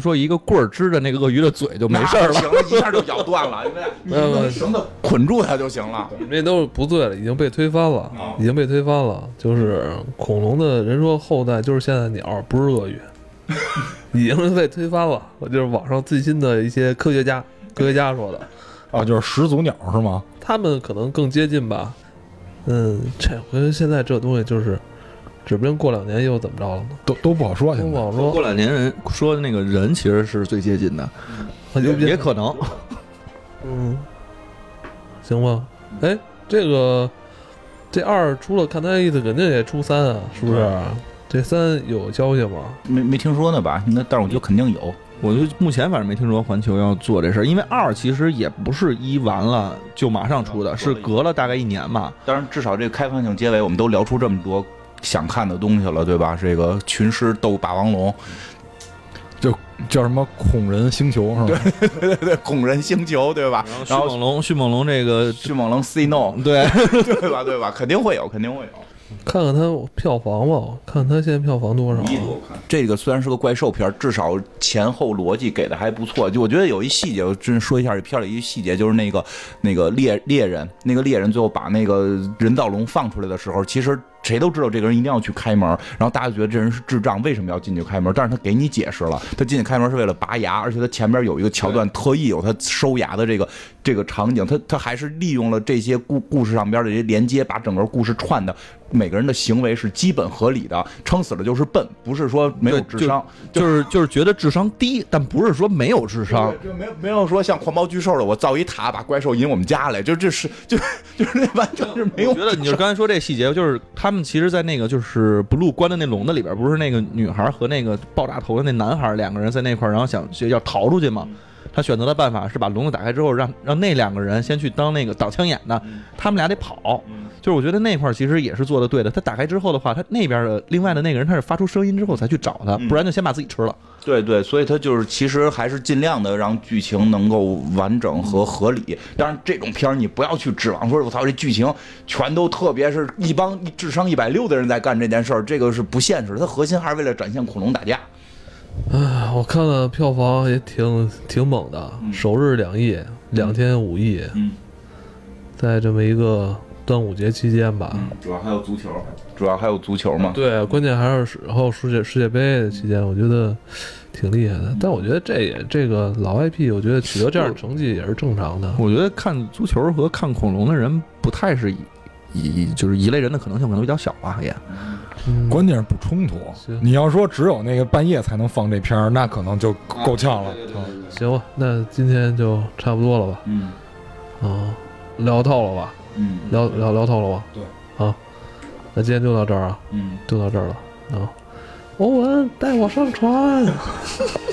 说一个棍儿支着那个鳄鱼的嘴就没事儿了， 行了，一下就咬断了，你用绳子捆住它就行了。 你们这都是不对了，已经被推翻了，已经被推翻了。就是恐龙的人说后代就是现在的鸟，不是鳄鱼，已经是被推翻了。我就是网上最新的一些科学家科学家说的啊，就是始祖鸟是吗？ 他们可能更接近吧。嗯，这回现在这东西就是。指不定过两年又怎么着了呢？ 都都不好说， 都不好说。 过两年人说那个人其实是最接近的， 也, 也可能。 嗯，行吧。哎，这个这二除了看他意思，肯定也出三啊，是不是？这三有消息吗？ 没没听说呢吧？那但是我觉得肯定有。 我就目前反正没听说环球要做这事儿，因为二其实也不是一完了就马上出的，是隔了大概一年嘛。 当然，至少这个开放性结尾，我们都聊出这么多。想看的东西了，对吧？这个群狮斗霸王龙， 就叫什么恐人星球是吧？ 对对对对，恐人星球，对吧？ 然后迅猛龙，迅猛龙这个迅猛龙 say no， 对对吧？对吧？肯定会有，肯定会有。 看看它票房吧，看它现在票房多少。 这个虽然是个怪兽片，至少前后逻辑给的还不错。就我觉得有一细节，我真说一下这片里一细节，就是那个那个猎猎人，那个猎人最后把那个人造龙放出来的时候，其实。谁都知道这个人一定要去开门，然后大家觉得这人是智障，为什么要进去开门？但是他给你解释了，他进去开门是为了拔牙，而且他前面有一个桥段，特意有他收牙的这个这个场景，他他还是利用了这些故故事上边的这些连接，把整个故事串的每个人的行为是基本合理的，撑死了就是笨，不是说没有智商， 就就是就是觉得智商低，但不是说没有智商， 就没有没有说像狂暴巨兽的，我造一塔把怪兽引我们家来，就这是就就是那完全是没有。 我觉得你就刚才说这细节，就是他们其实，在那个就是 Blue 关的那笼子里边，不是那个女孩和那个爆炸头的那男孩两个人在那块，然后想要逃出去嘛。他选择的办法是把笼子打开之后，让让那两个人先去当那个挡枪眼的，他们俩得跑。就是我觉得那块其实也是做的对的。他打开之后的话，他那边的另外的那个人他是发出声音之后才去找他，不然就先把自己吃了。 对对，所以他就是其实还是尽量的让剧情能够完整和合理。当然，这种片儿你不要去指望说，我操，这剧情全都特别是一帮智商一百六的人在干这件事儿，这个是不现实的。它核心还是为了展现恐龙打架。 唉，我看了票房也挺挺猛的， 嗯、 首日两亿，两天五亿， 嗯， 在这么一个端午节期间吧、 嗯，主要还有足球，主要还有足球嘛。 对，关键还是还有世界世界杯的期间，我觉得挺厉害的。但我觉得这也这个老 I P， 我觉得取得这样的成绩也是正常的。 我觉得看足球和看恐龙的人不太是以以就是一类人的可能性可能比较小吧，也。 嗯、 关键是不冲突。你要说只有那个半夜才能放这片儿，那可能就够呛了。啊、 对对对对行吧，那今天就差不多了吧？ 嗯， 啊，聊透了吧？ 嗯， 聊聊聊透了吧？ 对， 好，那今天就到这儿啊。 嗯， 就到这儿了啊。欧文带我上船。